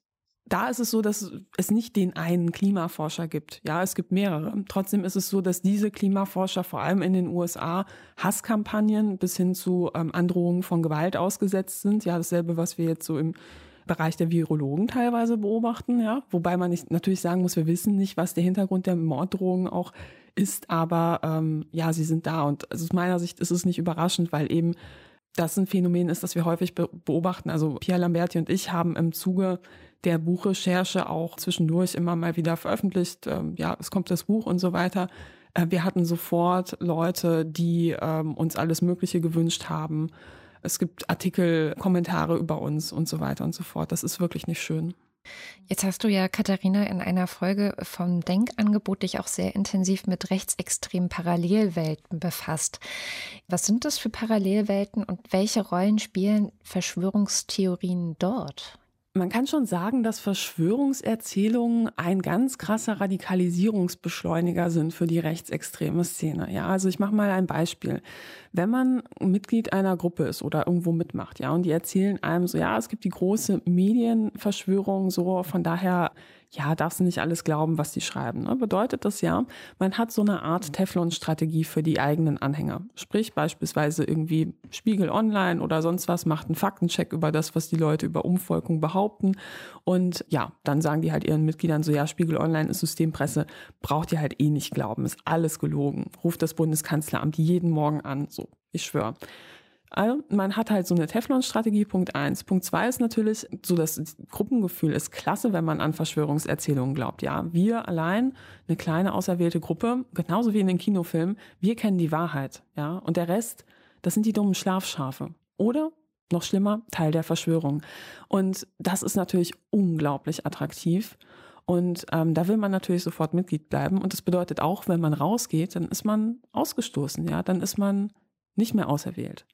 [SPEAKER 14] Da ist es so, dass es nicht den einen Klimaforscher gibt. Ja, es gibt mehrere. Trotzdem ist es so, dass diese Klimaforscher vor allem in den USA Hasskampagnen bis hin zu Androhungen von Gewalt ausgesetzt sind. Ja, dasselbe, was wir jetzt so im Bereich der Virologen teilweise beobachten. Ja, wobei man natürlich sagen muss, wir wissen nicht, was der Hintergrund der Morddrohungen auch ist. Aber sie sind da. Und aus meiner Sicht ist es nicht überraschend, weil eben das ein Phänomen ist, das wir häufig beobachten. Also Pia Lamberti und ich haben im Zuge der Buchrecherche auch zwischendurch immer mal wieder veröffentlicht. Es kommt das Buch und so weiter. Wir hatten sofort Leute, die uns alles Mögliche gewünscht haben. Es gibt Artikel, Kommentare über uns und so weiter und so fort. Das ist wirklich nicht schön.
[SPEAKER 12] Jetzt hast du ja, Katharina, in einer Folge vom Denkangebot dich auch sehr intensiv mit rechtsextremen Parallelwelten befasst. Was sind das für Parallelwelten und welche Rollen spielen Verschwörungstheorien dort?
[SPEAKER 14] Man kann schon sagen, dass Verschwörungserzählungen ein ganz krasser Radikalisierungsbeschleuniger sind für die rechtsextreme Szene. Ja, also ich mache mal ein Beispiel. Wenn man Mitglied einer Gruppe ist oder irgendwo mitmacht, ja, und die erzählen einem so, ja, es gibt die große Medienverschwörung, so, von daher, ja, darfst du nicht alles glauben, was die schreiben. Ne? Bedeutet das ja, man hat so eine Art Teflon-Strategie für die eigenen Anhänger. Sprich beispielsweise irgendwie Spiegel Online oder sonst was macht einen Faktencheck über das, was die Leute über Umvolkung behaupten. Und ja, dann sagen die halt ihren Mitgliedern so, ja, Spiegel Online ist Systempresse, braucht ihr halt eh nicht glauben, ist alles gelogen. Ruft das Bundeskanzleramt jeden Morgen an, so, ich schwöre. Also man hat halt so eine Teflon-Strategie, Punkt 1. Punkt 2 ist natürlich so, das Gruppengefühl ist klasse, wenn man an Verschwörungserzählungen glaubt. Ja, wir allein, eine kleine auserwählte Gruppe, genauso wie in den Kinofilmen, wir kennen die Wahrheit. Ja, und der Rest, das sind die dummen Schlafschafe. Oder, noch schlimmer, Teil der Verschwörung. Und das ist natürlich unglaublich attraktiv. Und da will man natürlich sofort Mitglied bleiben. Und das bedeutet auch, wenn man rausgeht, dann ist man ausgestoßen. Ja, dann ist man nicht mehr auserwählt.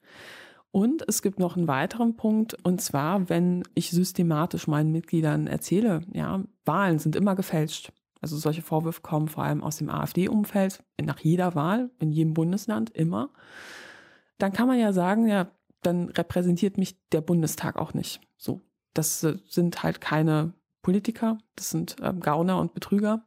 [SPEAKER 14] Und es gibt noch einen weiteren Punkt, und zwar, wenn ich systematisch meinen Mitgliedern erzähle, ja, Wahlen sind immer gefälscht. Also solche Vorwürfe kommen vor allem aus dem AfD-Umfeld, nach jeder Wahl, in jedem Bundesland, immer. Dann kann man ja sagen, ja, dann repräsentiert mich der Bundestag auch nicht. So, das sind halt keine Politiker, das sind Gauner und Betrüger.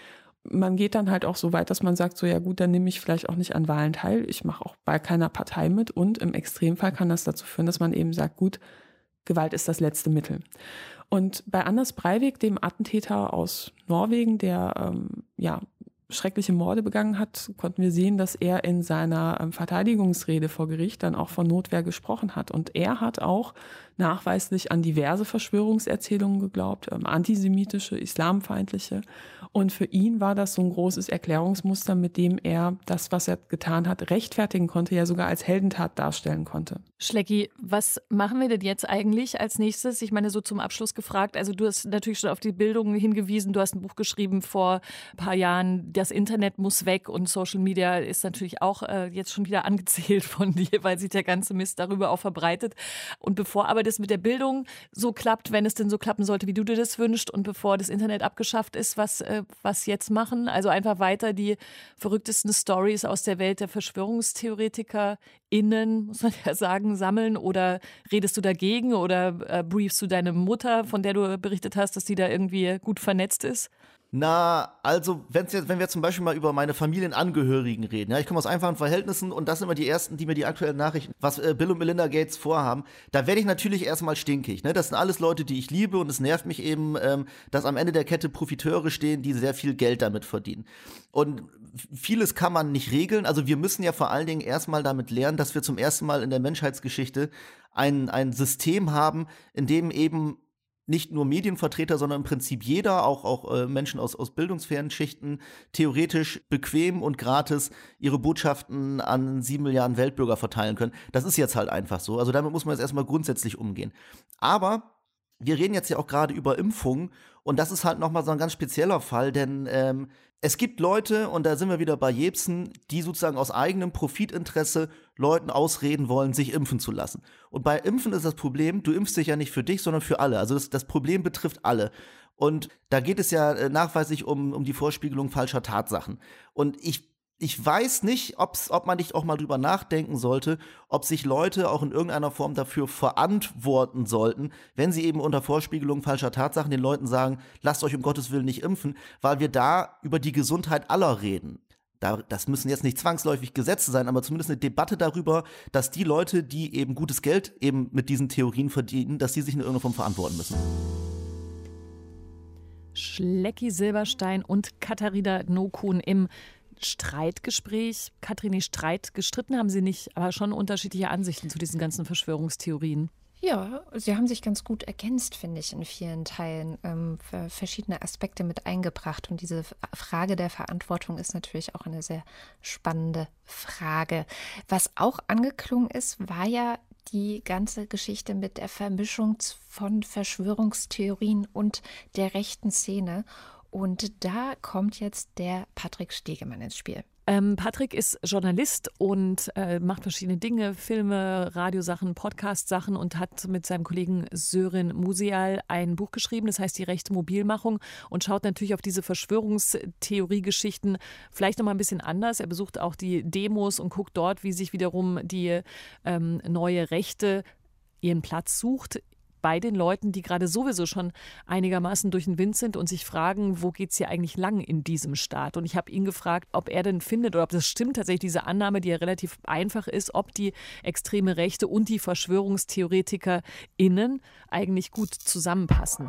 [SPEAKER 14] Man geht dann halt auch so weit, dass man sagt, so ja gut, dann nehme ich vielleicht auch nicht an Wahlen teil. Ich mache auch bei keiner Partei mit. Und im Extremfall kann das dazu führen, dass man eben sagt, gut, Gewalt ist das letzte Mittel. Und bei Anders Breivik, dem Attentäter aus Norwegen, der schreckliche Morde begangen hat, konnten wir sehen, dass er in seiner Verteidigungsrede vor Gericht dann auch von Notwehr gesprochen hat. Und er hat auch nachweislich an diverse Verschwörungserzählungen geglaubt, antisemitische, islamfeindliche. Und für ihn war das so ein großes Erklärungsmuster, mit dem er das, was er getan hat, rechtfertigen konnte, ja sogar als Heldentat darstellen konnte.
[SPEAKER 11] Schlecki, was machen wir denn jetzt eigentlich als nächstes? Ich meine, so zum Abschluss gefragt, also du hast natürlich schon auf die Bildung hingewiesen, du hast ein Buch geschrieben vor ein paar Jahren, das Internet muss weg und Social Media ist natürlich auch jetzt schon wieder angezählt von dir, weil sich der ganze Mist darüber auch verbreitet. Und bevor aber das mit der Bildung so klappt, wenn es denn so klappen sollte, wie du dir das wünschst und bevor das Internet abgeschafft ist, was jetzt machen? Also einfach weiter die verrücktesten Stories aus der Welt der VerschwörungstheoretikerInnen, muss man ja sagen, sammeln oder redest du dagegen oder briefst du deine Mutter, von der du berichtet hast, dass die da irgendwie gut vernetzt ist?
[SPEAKER 13] Na, also wenn wir zum Beispiel mal über meine Familienangehörigen reden, ja, ich komme aus einfachen Verhältnissen und das sind immer die Ersten, die mir die aktuellen Nachrichten, was Bill und Melinda Gates vorhaben, da werde ich natürlich erstmal stinkig, ne? Das sind alles Leute, die ich liebe und es nervt mich eben, dass am Ende der Kette Profiteure stehen, die sehr viel Geld damit verdienen. Und vieles kann man nicht regeln, also wir müssen ja vor allen Dingen erstmal damit lernen, dass wir zum ersten Mal in der Menschheitsgeschichte ein System haben, in dem eben nicht nur Medienvertreter, sondern im Prinzip jeder, auch Menschen aus bildungsfernen Schichten, theoretisch bequem und gratis ihre Botschaften an 7 Milliarden Weltbürger verteilen können. Das ist jetzt halt einfach so. Also damit muss man jetzt erstmal grundsätzlich umgehen. Aber wir reden jetzt ja auch gerade über Impfungen und das ist halt nochmal so ein ganz spezieller Fall, denn es gibt Leute, und da sind wir wieder bei Jebsen, die sozusagen aus eigenem Profitinteresse Leuten ausreden wollen, sich impfen zu lassen. Und bei Impfen ist das Problem, du impfst dich ja nicht für dich, sondern für alle. Also das Problem betrifft alle. Und da geht es ja nachweislich um die Vorspiegelung falscher Tatsachen. Und ich Ich weiß nicht, ob man nicht auch mal drüber nachdenken sollte, ob sich Leute auch in irgendeiner Form dafür verantworten sollten, wenn sie eben unter Vorspiegelung falscher Tatsachen den Leuten sagen, lasst euch um Gottes Willen nicht impfen, weil wir da über die Gesundheit aller reden. Das müssen jetzt nicht zwangsläufig Gesetze sein, aber zumindest eine Debatte darüber, dass die Leute, die eben gutes Geld eben mit diesen Theorien verdienen, dass die sich in irgendeiner Form verantworten müssen.
[SPEAKER 11] Schlecki Silberstein und Katharina Nokun im Streitgespräch. Katrini, gestritten haben Sie nicht, aber schon unterschiedliche Ansichten zu diesen ganzen Verschwörungstheorien.
[SPEAKER 12] Ja, sie haben sich ganz gut ergänzt, finde ich, in vielen Teilen verschiedene Aspekte mit eingebracht. Und diese Frage der Verantwortung ist natürlich auch eine sehr spannende Frage. Was auch angeklungen ist, war ja die ganze Geschichte mit der Vermischung von Verschwörungstheorien und der rechten Szene. Und da kommt jetzt der Patrick Stegemann ins Spiel.
[SPEAKER 11] Patrick ist Journalist und macht verschiedene Dinge, Filme, Radiosachen, Podcast-Sachen und hat mit seinem Kollegen Sören Musial ein Buch geschrieben, das heißt Die rechte Mobilmachung, und schaut natürlich auf diese Verschwörungstheorie-Geschichten vielleicht nochmal ein bisschen anders. Er besucht auch die Demos und guckt dort, wie sich wiederum die neue Rechte ihren Platz sucht bei den Leuten, die gerade sowieso schon einigermaßen durch den Wind sind und sich fragen, wo geht es hier eigentlich lang in diesem Staat? Und ich habe ihn gefragt, ob er denn findet oder ob das stimmt, tatsächlich diese Annahme, die ja relativ einfach ist, ob die extreme Rechte und die VerschwörungstheoretikerInnen eigentlich gut zusammenpassen.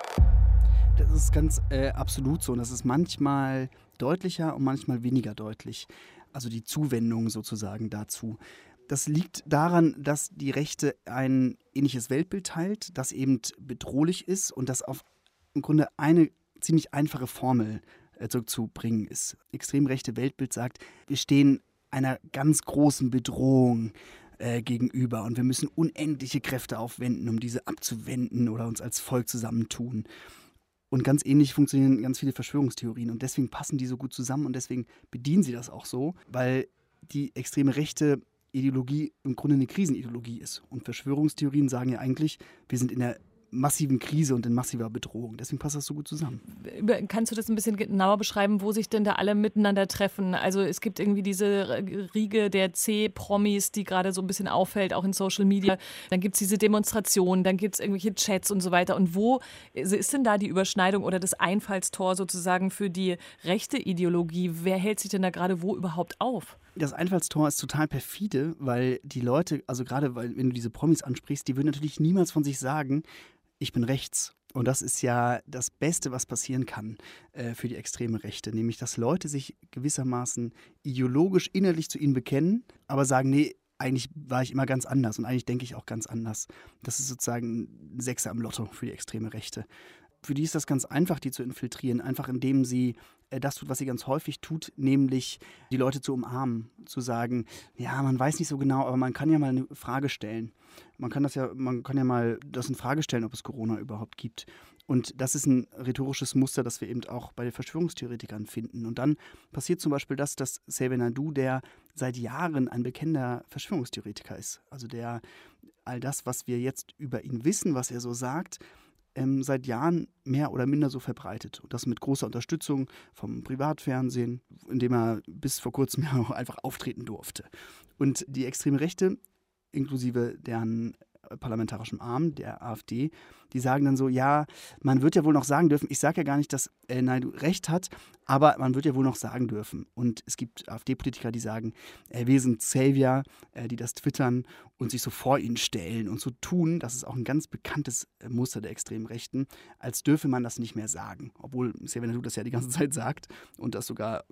[SPEAKER 15] Das ist ganz absolut so. Und das ist manchmal deutlicher und manchmal weniger deutlich. Also die Zuwendung sozusagen dazu. Das liegt daran, dass die Rechte ein ähnliches Weltbild teilt, das eben bedrohlich ist und das auf im Grunde eine ziemlich einfache Formel zu bringen ist. Extrem rechte Weltbild sagt, wir stehen einer ganz großen Bedrohung gegenüber und wir müssen unendliche Kräfte aufwenden, um diese abzuwenden oder uns als Volk zusammentun. Und ganz ähnlich funktionieren ganz viele Verschwörungstheorien und deswegen passen die so gut zusammen und deswegen bedienen sie das auch so, weil die extreme rechte Ideologie im Grunde eine Krisenideologie ist. Und Verschwörungstheorien sagen ja eigentlich, wir sind in einer massiven Krise und in massiver Bedrohung. Deswegen passt das so gut zusammen.
[SPEAKER 11] Kannst du das ein bisschen genauer beschreiben, wo sich denn da alle miteinander treffen? Also es gibt irgendwie diese Riege der C-Promis, die gerade so ein bisschen auffällt, auch in Social Media. Dann gibt es diese Demonstrationen, dann gibt es irgendwelche Chats und so weiter. Und wo ist denn da die Überschneidung oder das Einfallstor sozusagen für die rechte Ideologie? Wer hält sich denn da gerade wo überhaupt auf?
[SPEAKER 15] Das Einfallstor ist total perfide, weil die Leute, also gerade weil, wenn du diese Promis ansprichst, die würden natürlich niemals von sich sagen, ich bin rechts. Und das ist ja das Beste, was passieren kann für die extreme Rechte. Nämlich, dass Leute sich gewissermaßen ideologisch innerlich zu ihnen bekennen, aber sagen, nee, eigentlich war ich immer ganz anders und eigentlich denke ich auch ganz anders. Das ist sozusagen ein Sechser am Lotto für die extreme Rechte. Für die ist das ganz einfach, die zu infiltrieren, einfach indem sie das tut, was sie ganz häufig tut, nämlich die Leute zu umarmen, zu sagen, ja, man weiß nicht so genau, aber man kann ja mal eine Frage stellen. Man kann ja mal das in Frage stellen, ob es Corona überhaupt gibt. Und das ist ein rhetorisches Muster, das wir eben auch bei den Verschwörungstheoretikern finden. Und dann passiert zum Beispiel das, dass Xavier Naidoo, der seit Jahren ein bekennender Verschwörungstheoretiker ist, also der all das, was wir jetzt über ihn wissen, was er so sagt, seit Jahren mehr oder minder so verbreitet. Und das mit großer Unterstützung vom Privatfernsehen, in dem er bis vor kurzem ja auch einfach auftreten durfte. Und die extreme Rechte, inklusive deren parlamentarischem Arm, der AfD, die sagen dann so, ja, man wird ja wohl noch sagen dürfen, ich sage ja gar nicht, dass Naidoo recht hat, aber man wird ja wohl noch sagen dürfen. Und es gibt AfD-Politiker, die sagen, wir sind Xavier, die das twittern und sich so vor ihnen stellen und so tun, das ist auch ein ganz bekanntes Muster der extremen Rechten, als dürfe man das nicht mehr sagen. Obwohl Xavier Naidoo das ja die ganze Zeit sagt und das sogar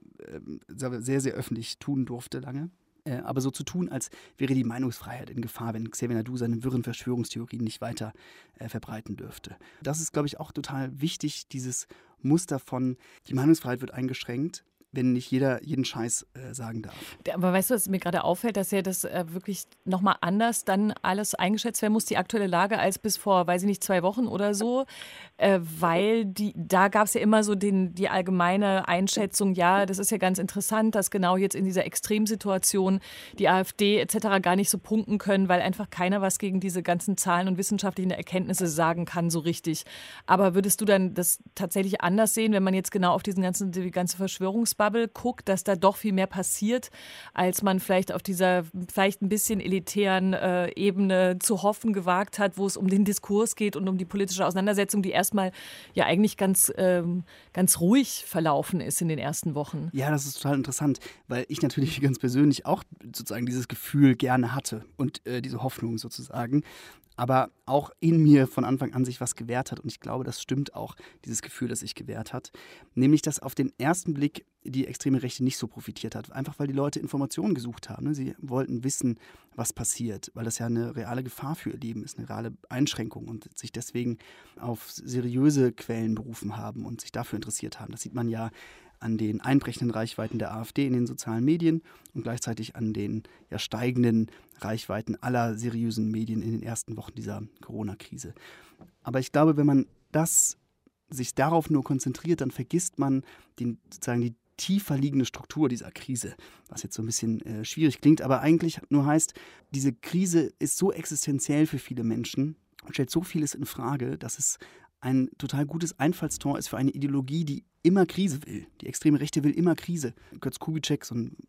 [SPEAKER 15] sehr, sehr öffentlich tun durfte lange. Aber so zu tun, als wäre die Meinungsfreiheit in Gefahr, wenn Xavier Naidoo seine wirren Verschwörungstheorien nicht weiter verbreiten dürfte. Das ist, glaube ich, auch total wichtig, dieses Muster von, die Meinungsfreiheit wird eingeschränkt, wenn nicht jeder jeden Scheiß sagen darf.
[SPEAKER 11] Aber weißt du, was mir gerade auffällt, dass ja das wirklich nochmal anders dann alles eingeschätzt werden muss, die aktuelle Lage, als bis vor, weiß ich nicht, 2 Wochen oder so, weil da gab es ja immer so die allgemeine Einschätzung, ja, das ist ja ganz interessant, dass genau jetzt in dieser Extremsituation die AfD etc. gar nicht so punkten können, weil einfach keiner was gegen diese ganzen Zahlen und wissenschaftlichen Erkenntnisse sagen kann so richtig. Aber würdest du dann das tatsächlich anders sehen, wenn man jetzt genau auf die ganze Verschwörungsbubble Bubble guckt, dass da doch viel mehr passiert, als man vielleicht auf dieser vielleicht ein bisschen elitären Ebene zu hoffen gewagt hat, wo es um den Diskurs geht und um die politische Auseinandersetzung, die erstmal ja eigentlich ganz ruhig verlaufen ist in den ersten Wochen.
[SPEAKER 15] Ja, das ist total interessant, weil ich natürlich ganz persönlich auch sozusagen dieses Gefühl gerne hatte und diese Hoffnung sozusagen, aber auch in mir von Anfang an sich was gewährt hat. Und ich glaube, das stimmt auch, dieses Gefühl, das sich gewährt hat. Nämlich, dass auf den ersten Blick die extreme Rechte nicht so profitiert hat. Einfach, weil die Leute Informationen gesucht haben. Sie wollten wissen, was passiert, weil das ja eine reale Gefahr für ihr Leben ist, eine reale Einschränkung und sich deswegen auf seriöse Quellen berufen haben und sich dafür interessiert haben. Das sieht man ja an den einbrechenden Reichweiten der AfD in den sozialen Medien und gleichzeitig an den steigenden Reichweiten aller seriösen Medien in den ersten Wochen dieser Corona-Krise. Aber ich glaube, wenn man sich darauf nur konzentriert, dann vergisst man sozusagen die tiefer liegende Struktur dieser Krise, was jetzt so ein bisschen schwierig klingt, aber eigentlich nur heißt, diese Krise ist so existenziell für viele Menschen und stellt so vieles in Frage, dass es ein total gutes Einfallstor ist für eine Ideologie, die immer Krise will. Die extreme Rechte will immer Krise. Götz Kubitschek,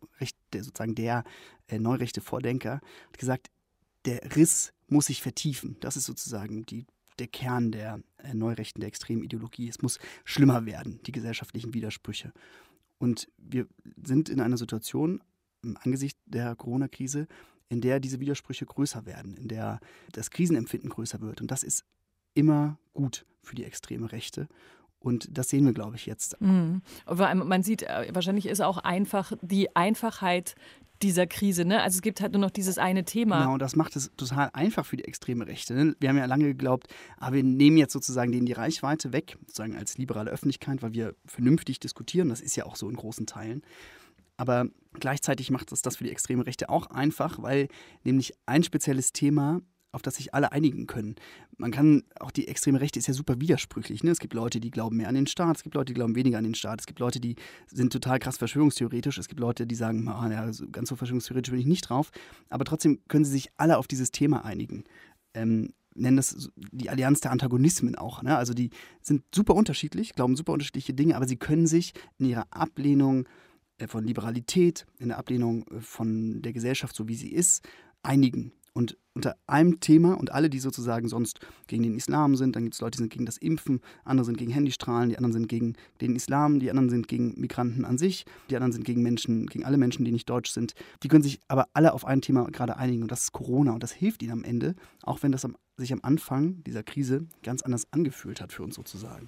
[SPEAKER 15] der neurechte Vordenker, hat gesagt, der Riss muss sich vertiefen. Das ist sozusagen der Kern der neurechten, der extremen Ideologie. Es muss schlimmer werden, die gesellschaftlichen Widersprüche. Und wir sind in einer Situation im Angesicht der Corona-Krise, in der diese Widersprüche größer werden, in der das Krisenempfinden größer wird. Und das ist immer gut für die extreme Rechte. Und das sehen wir, glaube ich, jetzt.
[SPEAKER 11] Aber man sieht, wahrscheinlich ist auch einfach die Einfachheit dieser Krise. Ne? Also es gibt halt nur noch dieses eine Thema.
[SPEAKER 15] Genau, das macht es total einfach für die extreme Rechte. Ne? Wir haben ja lange geglaubt, wir nehmen jetzt sozusagen denen die Reichweite weg, sozusagen als liberale Öffentlichkeit, weil wir vernünftig diskutieren. Das ist ja auch so in großen Teilen. Aber gleichzeitig macht es das für die extreme Rechte auch einfach, weil nämlich ein spezielles Thema, auf das sich alle einigen können. Auch die extreme Rechte ist ja super widersprüchlich. Ne? Es gibt Leute, die glauben mehr an den Staat, es gibt Leute, die glauben weniger an den Staat, es gibt Leute, die sind total krass verschwörungstheoretisch, es gibt Leute, die sagen, ganz so verschwörungstheoretisch bin ich nicht drauf, aber trotzdem können sie sich alle auf dieses Thema einigen. Nennen das die Allianz der Antagonismen auch. Ne? Also die sind super unterschiedlich, glauben super unterschiedliche Dinge, aber sie können sich in ihrer Ablehnung von Liberalität, in der Ablehnung von der Gesellschaft, so wie sie ist, einigen. Und unter einem Thema und alle, die sozusagen sonst gegen den Islam sind, dann gibt es Leute, die sind gegen das Impfen, andere sind gegen Handystrahlen, die anderen sind gegen den Islam, die anderen sind gegen Migranten an sich, die anderen sind gegen alle Menschen, die nicht deutsch sind. Die können sich aber alle auf ein Thema gerade einigen und das ist Corona und das hilft ihnen am Ende, auch wenn das sich am Anfang dieser Krise ganz anders angefühlt hat für uns sozusagen.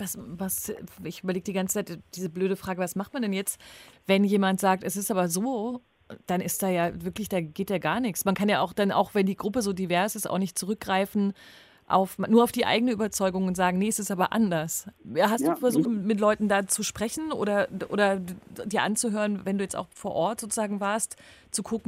[SPEAKER 11] Ich überlege die ganze Zeit diese blöde Frage, was macht man denn jetzt, wenn jemand sagt, es ist aber so, dann ist da ja wirklich, da geht ja gar nichts. Man kann ja auch dann, auch wenn die Gruppe so divers ist, auch nicht zurückgreifen nur auf die eigene Überzeugung und sagen, nee, es ist aber anders. Hast du versucht, mit Leuten da zu sprechen oder dir anzuhören, wenn du jetzt auch vor Ort sozusagen warst, zu gucken,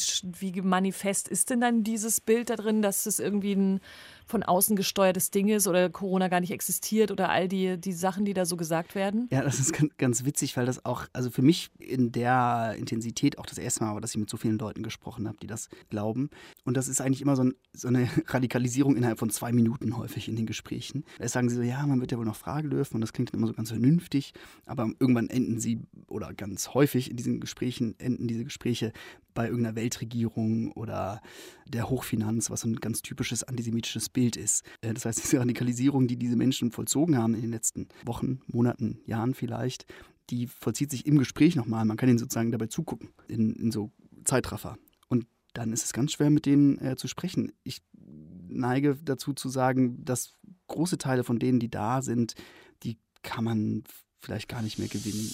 [SPEAKER 11] wie manifest ist denn dann dieses Bild da drin, dass es irgendwie ein von außen gesteuertes Ding ist oder Corona gar nicht existiert oder all die Sachen, die da so gesagt werden?
[SPEAKER 15] Ja, das ist ganz witzig, weil das auch, also für mich in der Intensität auch das erste Mal war, dass ich mit so vielen Leuten gesprochen habe, die das glauben. Und das ist eigentlich immer so eine Radikalisierung innerhalb von 2 Minuten häufig in den Gesprächen. Da sagen sie so, ja, man wird ja wohl noch fragen dürfen und das klingt dann immer so ganz vernünftig, aber irgendwann oder ganz häufig in diesen Gesprächen enden diese Gespräche bei irgendeiner Weltregierung oder der Hochfinanz, was so ein ganz typisches antisemitisches Bild ist. Das heißt, diese Radikalisierung, die diese Menschen vollzogen haben in den letzten Wochen, Monaten, Jahren vielleicht, die vollzieht sich im Gespräch nochmal. Man kann ihnen sozusagen dabei zugucken, in so Zeitraffer. Und dann ist es ganz schwer, mit denen zu sprechen. Ich neige dazu zu sagen, dass große Teile von denen, die da sind, die kann man vielleicht gar nicht mehr gewinnen.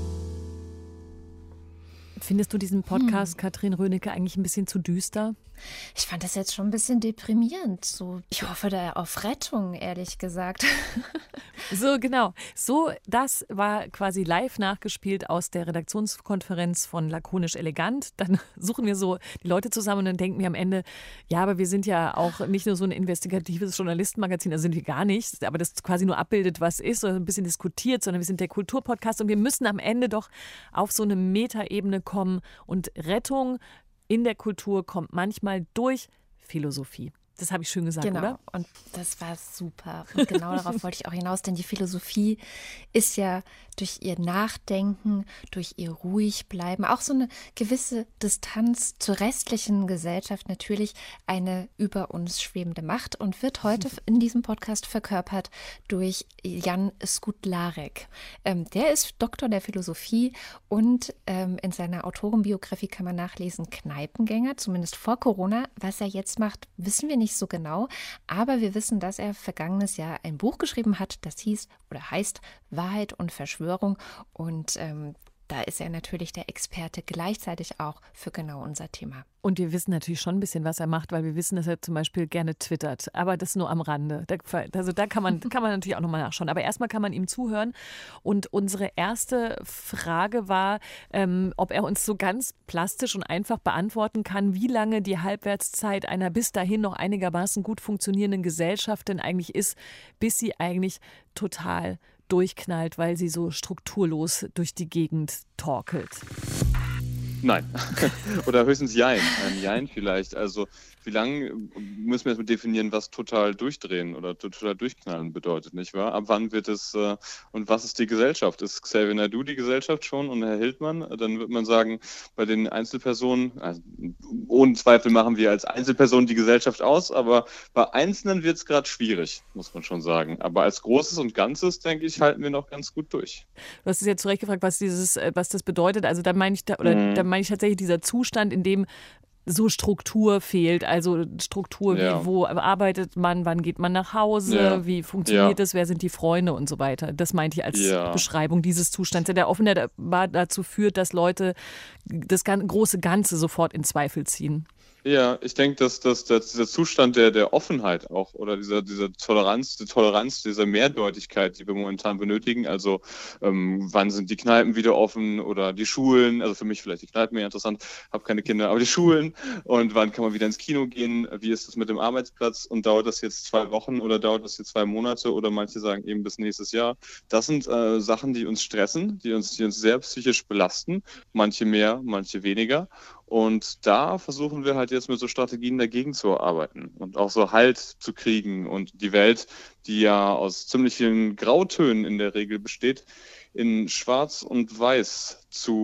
[SPEAKER 11] Findest du diesen Podcast, Katrin Rönecke, eigentlich ein bisschen zu düster?
[SPEAKER 12] Ich fand das jetzt schon ein bisschen deprimierend. So, ich hoffe da auf Rettung, ehrlich gesagt.
[SPEAKER 11] So, genau. So, das war quasi live nachgespielt aus der Redaktionskonferenz von Lakonisch Elegant. Dann suchen wir so die Leute zusammen und dann denken wir am Ende, ja, aber wir sind ja auch nicht nur so ein investigatives Journalistenmagazin, also sind wir gar nicht, aber das quasi nur abbildet, was ist, oder ein bisschen diskutiert, sondern wir sind der Kulturpodcast und wir müssen am Ende doch auf so eine Metaebene kommen und Rettung in der Kultur kommt manchmal durch Philosophie. Das habe ich schön gesagt,
[SPEAKER 12] genau.
[SPEAKER 11] Oder?
[SPEAKER 12] Und das war super. Und genau darauf wollte ich auch hinaus, denn die Philosophie ist ja durch ihr Nachdenken, durch ihr Ruhigbleiben, auch so eine gewisse Distanz zur restlichen Gesellschaft natürlich eine über uns schwebende Macht und wird heute in diesem Podcast verkörpert durch Jan Skutlarek. Der ist Doktor der Philosophie und in seiner Autorenbiografie kann man nachlesen, Kneipengänger, zumindest vor Corona. Was er jetzt macht, wissen wir nicht so genau, aber wir wissen, dass er vergangenes Jahr ein Buch geschrieben hat, das heißt Wahrheit und Verschwörung und da ist er natürlich der Experte gleichzeitig auch für genau unser Thema.
[SPEAKER 11] Und wir wissen natürlich schon ein bisschen, was er macht, weil wir wissen, dass er zum Beispiel gerne twittert. Aber das nur am Rande. Also da kann man natürlich auch nochmal nachschauen. Aber erstmal kann man ihm zuhören. Und unsere erste Frage war, ob er uns so ganz plastisch und einfach beantworten kann, wie lange die Halbwertszeit einer bis dahin noch einigermaßen gut funktionierenden Gesellschaft denn eigentlich ist, bis sie eigentlich total durchknallt, weil sie so strukturlos durch die Gegend torkelt.
[SPEAKER 16] Nein. Oder höchstens Jein. Ein Jein vielleicht. Also wie lange müssen wir jetzt definieren, was total durchdrehen oder total durchknallen bedeutet, nicht wahr? Ab wann wird es und was ist die Gesellschaft? Ist Xavier Naidoo die Gesellschaft schon und Herr Hildmann? Dann wird man sagen, bei den Einzelpersonen, also ohne Zweifel machen wir als Einzelpersonen die Gesellschaft aus, aber bei Einzelnen wird es gerade schwierig, muss man schon sagen. Aber als Großes und Ganzes, denke ich, halten wir noch ganz gut durch.
[SPEAKER 11] Du hast es ja zu Recht gefragt, was das bedeutet. Also da meine ich tatsächlich dieser Zustand, in dem so Struktur fehlt, also Struktur wie, wo arbeitet man, wann geht man nach Hause, wie funktioniert es, wer sind die Freunde und so weiter. Das meinte ich als Beschreibung dieses Zustands, der offenbar dazu führt, dass Leute das große Ganze sofort in Zweifel ziehen.
[SPEAKER 16] Ja, ich denke, dass dieser Zustand der Offenheit auch oder dieser Toleranz, dieser Mehrdeutigkeit, die wir momentan benötigen, also wann sind die Kneipen wieder offen oder die Schulen, also für mich vielleicht die Kneipen mehr interessant, habe keine Kinder, aber die Schulen und wann kann man wieder ins Kino gehen, wie ist das mit dem Arbeitsplatz und dauert das jetzt 2 Wochen oder dauert das jetzt 2 Monate oder manche sagen eben bis nächstes Jahr. Das sind Sachen, die uns stressen, die uns sehr psychisch belasten, manche mehr, manche weniger. Und da versuchen wir halt jetzt mit so Strategien dagegen zu arbeiten und auch so Halt zu kriegen und die Welt, die ja aus ziemlich vielen Grautönen in der Regel besteht, in Schwarz und Weiß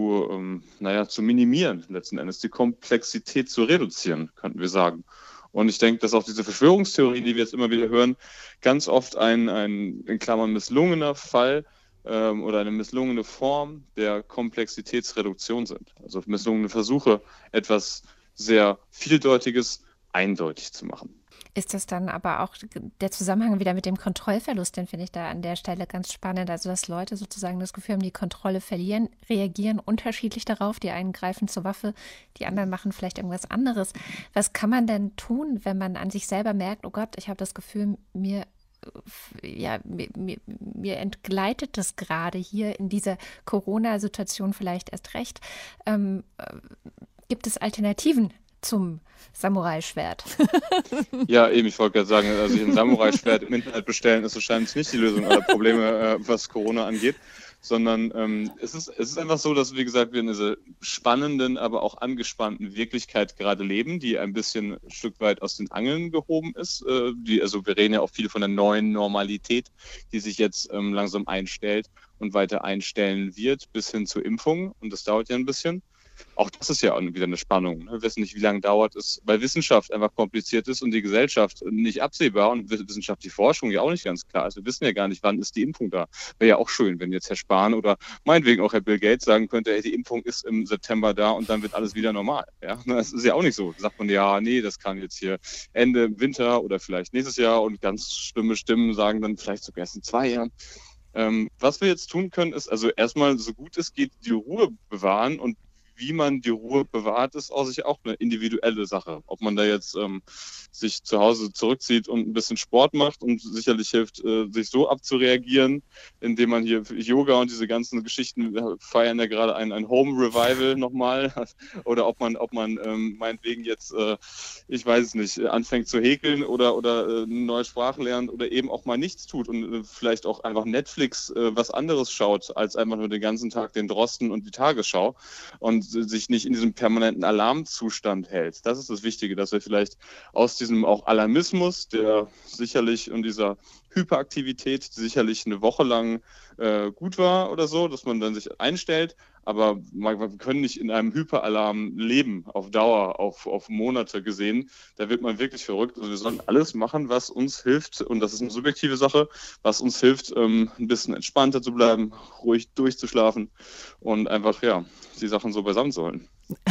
[SPEAKER 16] zu minimieren, letzten Endes die Komplexität zu reduzieren, könnten wir sagen. Und ich denke, dass auch diese Verschwörungstheorien, die wir jetzt immer wieder hören, ganz oft ein in Klammern misslungener Fall oder eine misslungene Form der Komplexitätsreduktion sind. Also misslungene Versuche, etwas sehr Vieldeutiges eindeutig zu machen.
[SPEAKER 12] Ist das dann aber auch der Zusammenhang wieder mit dem Kontrollverlust, den finde ich da an der Stelle ganz spannend. Also dass Leute sozusagen das Gefühl haben, die Kontrolle verlieren, reagieren unterschiedlich darauf. Die einen greifen zur Waffe, die anderen machen vielleicht irgendwas anderes. Was kann man denn tun, wenn man an sich selber merkt, oh Gott, ich habe das Gefühl, mir entgleitet das gerade hier in dieser Corona-Situation vielleicht erst recht. Gibt es Alternativen zum Samurai-Schwert?
[SPEAKER 16] Ja, eben, ich wollte gerade sagen, also ein Samurai-Schwert im Internet bestellen ist wahrscheinlich nicht die Lösung aller Probleme, was Corona angeht, sondern es ist einfach so, dass, wie gesagt, wir in dieser spannenden, aber auch angespannten Wirklichkeit gerade leben, die ein Stück weit aus den Angeln gehoben ist. Also wir reden ja auch viel von der neuen Normalität, die sich jetzt langsam einstellt und weiter einstellen wird, bis hin zur Impfung. Und das dauert ja ein bisschen. Auch das ist ja wieder eine Spannung. Wir wissen nicht, wie lange dauert es, weil Wissenschaft einfach kompliziert ist und die Gesellschaft nicht absehbar und wissenschaftliche Forschung ja auch nicht ganz klar ist. Wir wissen ja gar nicht, wann ist die Impfung da. Wäre ja auch schön, wenn jetzt Herr Spahn oder meinetwegen auch Herr Bill Gates sagen könnte, hey, die Impfung ist im September da und dann wird alles wieder normal. Ja? Das ist ja auch nicht so. Da sagt man, ja, nee, das kann jetzt hier Ende Winter oder vielleicht nächstes Jahr und ganz schlimme Stimmen sagen dann vielleicht sogar erst in 2 Jahren. Was wir jetzt tun können, ist also erstmal so gut es geht die Ruhe bewahren und wie man die Ruhe bewahrt, ist auch sicher auch eine individuelle Sache. Ob man da jetzt sich zu Hause zurückzieht und ein bisschen Sport macht und sicherlich hilft, sich so abzureagieren, indem man hier Yoga und diese ganzen Geschichten feiern ja gerade ein Home-Revival nochmal. Oder ob man meinetwegen jetzt, ich weiß es nicht, anfängt zu häkeln oder eine neue Sprache lernt oder eben auch mal nichts tut und vielleicht auch einfach Netflix was anderes schaut, als einfach nur den ganzen Tag den Drosten und die Tagesschau. Und sich nicht in diesem permanenten Alarmzustand hält. Das ist das Wichtige, dass wir vielleicht aus diesem auch Alarmismus, der sicherlich und dieser Hyperaktivität, die sicherlich eine Woche lang gut war oder so, dass man dann sich einstellt, aber wir können nicht in einem Hyperalarm leben, auf Dauer, auf Monate gesehen. Da wird man wirklich verrückt. Also wir sollen alles machen, was uns hilft, und das ist eine subjektive Sache, was uns hilft, ein bisschen entspannter zu bleiben, ruhig durchzuschlafen und einfach, die Sachen so beisammen zu halten.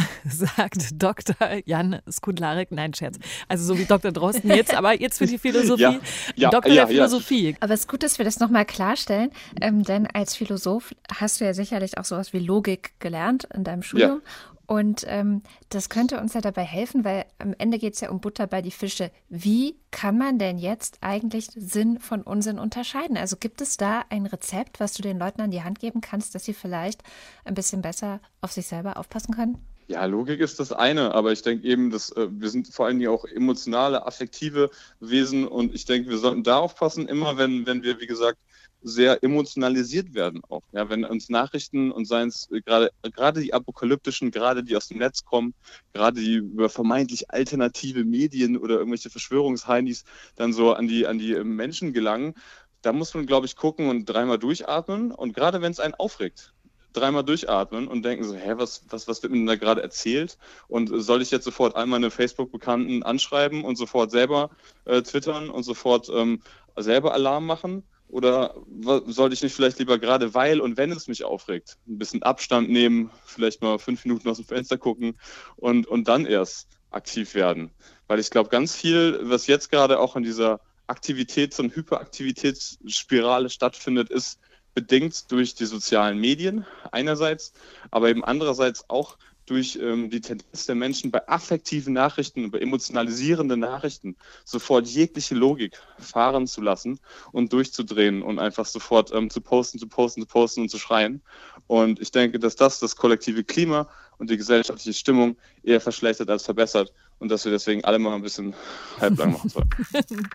[SPEAKER 11] Sagt Dr. Jan Skudlarek. Nein, Scherz. Also so wie Dr. Drosten jetzt, aber jetzt für die Philosophie. Doktor der Philosophie.
[SPEAKER 12] Aber es ist gut, dass wir das nochmal klarstellen, denn als Philosoph hast du ja sicherlich auch sowas wie Logik gelernt in deinem Studium. Ja. Und das könnte uns ja dabei helfen, weil am Ende geht es ja um Butter bei die Fische. Wie kann man denn jetzt eigentlich Sinn von Unsinn unterscheiden? Also gibt es da ein Rezept, was du den Leuten an die Hand geben kannst, dass sie vielleicht ein bisschen besser auf sich selber aufpassen können?
[SPEAKER 16] Ja, Logik ist das eine, aber ich denke eben, dass wir sind vor allem auch emotionale, affektive Wesen, und ich denke, wir sollten da aufpassen, immer wenn wir, wie gesagt, sehr emotionalisiert werden auch. Ja, wenn uns Nachrichten und seien es gerade die apokalyptischen, gerade die aus dem Netz kommen, gerade die über vermeintlich alternative Medien oder irgendwelche Verschwörungsheinis dann so an die Menschen gelangen, da muss man, glaube ich, gucken und dreimal durchatmen, und gerade wenn es einen aufregt, dreimal durchatmen und denken so, was wird mir denn da gerade erzählt? Und soll ich jetzt sofort all meine Facebook-Bekannten anschreiben und sofort selber twittern und sofort selber Alarm machen? Oder sollte ich nicht vielleicht lieber gerade weil und wenn es mich aufregt, ein bisschen Abstand nehmen, vielleicht mal 5 Minuten aus dem Fenster gucken und dann erst aktiv werden? Weil ich glaube, ganz viel, was jetzt gerade auch in dieser Aktivitäts- und Hyperaktivitätsspirale stattfindet, ist bedingt durch die sozialen Medien einerseits, aber eben andererseits auch durch die Tendenz der Menschen bei affektiven Nachrichten, bei emotionalisierenden Nachrichten sofort jegliche Logik fahren zu lassen und durchzudrehen und einfach sofort zu posten und zu schreien. Und ich denke, dass das kollektive Klima und die gesellschaftliche Stimmung eher verschlechtert als verbessert, und dass wir deswegen alle mal ein bisschen halblang machen sollten.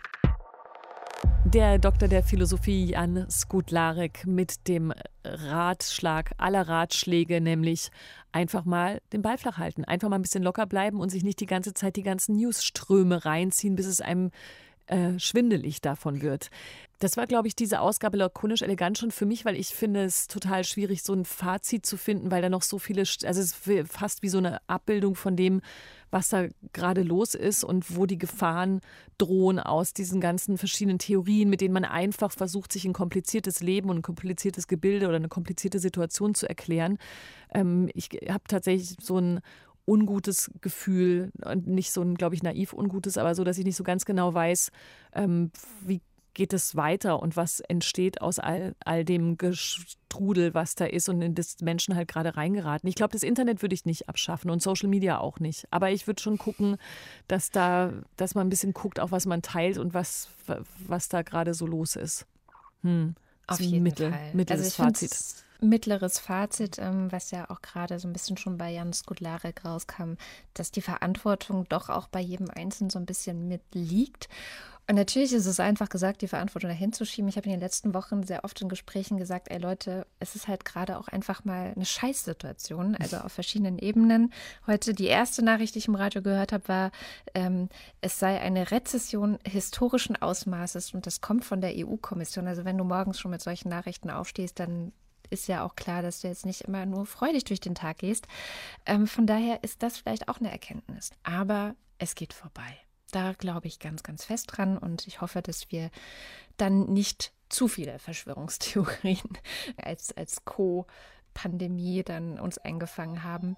[SPEAKER 11] Der Doktor der Philosophie Jan Skudlarek mit dem Ratschlag aller Ratschläge, nämlich einfach mal den Ball flach halten, einfach mal ein bisschen locker bleiben und sich nicht die ganze Zeit die ganzen Newsströme reinziehen, bis es einem schwindelig davon wird. Das war, glaube ich, diese Ausgabe lakonisch elegant schon für mich, weil ich finde es total schwierig, so ein Fazit zu finden, weil da noch so viele, also es ist fast wie so eine Abbildung von dem, was da gerade los ist und wo die Gefahren drohen aus diesen ganzen verschiedenen Theorien, mit denen man einfach versucht, sich ein kompliziertes Leben und ein kompliziertes Gebilde oder eine komplizierte Situation zu erklären. Ich habe tatsächlich so ein ungutes Gefühl und nicht so ein, glaube ich, naiv ungutes, aber so, dass ich nicht so ganz genau weiß, wie geht es weiter und was entsteht aus all dem Gestrudel, was da ist und in das Menschen halt gerade reingeraten. Ich glaube, das Internet würde ich nicht abschaffen und Social Media auch nicht. Aber ich würde schon gucken, dass man ein bisschen guckt, auch was man teilt und was da gerade so los ist.
[SPEAKER 12] Auf jeden Fall.
[SPEAKER 11] Mittleres Fazit.
[SPEAKER 12] Mittleres Fazit, was ja auch gerade so ein bisschen schon bei Jan Skudlarek rauskam, dass die Verantwortung doch auch bei jedem Einzelnen so ein bisschen mitliegt. Und natürlich ist es einfach gesagt, die Verantwortung dahin zu schieben. Ich habe in den letzten Wochen sehr oft in Gesprächen gesagt, ey Leute, es ist halt gerade auch einfach mal eine Scheißsituation, also auf verschiedenen Ebenen. Heute die erste Nachricht, die ich im Radio gehört habe, war, es sei eine Rezession historischen Ausmaßes und das kommt von der EU-Kommission. Also wenn du morgens schon mit solchen Nachrichten aufstehst, dann ist ja auch klar, dass du jetzt nicht immer nur freudig durch den Tag gehst. Von daher ist das vielleicht auch eine Erkenntnis. Aber es geht vorbei. Da glaube ich ganz, ganz fest dran und ich hoffe, dass wir dann nicht zu viele Verschwörungstheorien als Co-Pandemie dann uns eingefangen haben.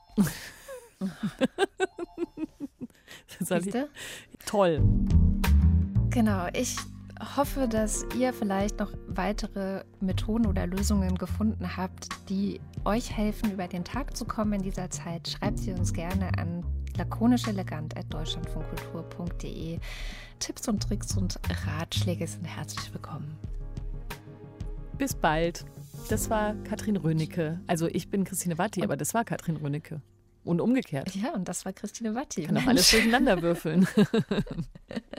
[SPEAKER 11] Toll.
[SPEAKER 12] Genau, ich hoffe, dass ihr vielleicht noch weitere Methoden oder Lösungen gefunden habt, die euch helfen, über den Tag zu kommen in dieser Zeit. Schreibt sie uns gerne an lakonischelegant@deutschlandfunkkultur.de. Tipps und Tricks und Ratschläge sind herzlich willkommen.
[SPEAKER 11] Bis bald. Das war Katrin Rönecke. Also ich bin Christine Watti, aber das war Katrin Rönecke. Und umgekehrt.
[SPEAKER 12] Ja, und das war Christine Watti.
[SPEAKER 11] Ich kann doch alles durcheinander würfeln.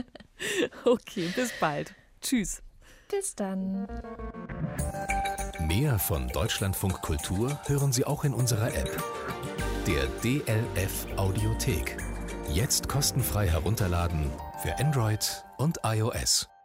[SPEAKER 11] Okay, bis bald. Tschüss.
[SPEAKER 12] Bis dann.
[SPEAKER 10] Mehr von Deutschlandfunk Kultur hören Sie auch in unserer App, der DLF Audiothek. Jetzt kostenfrei herunterladen für Android und iOS.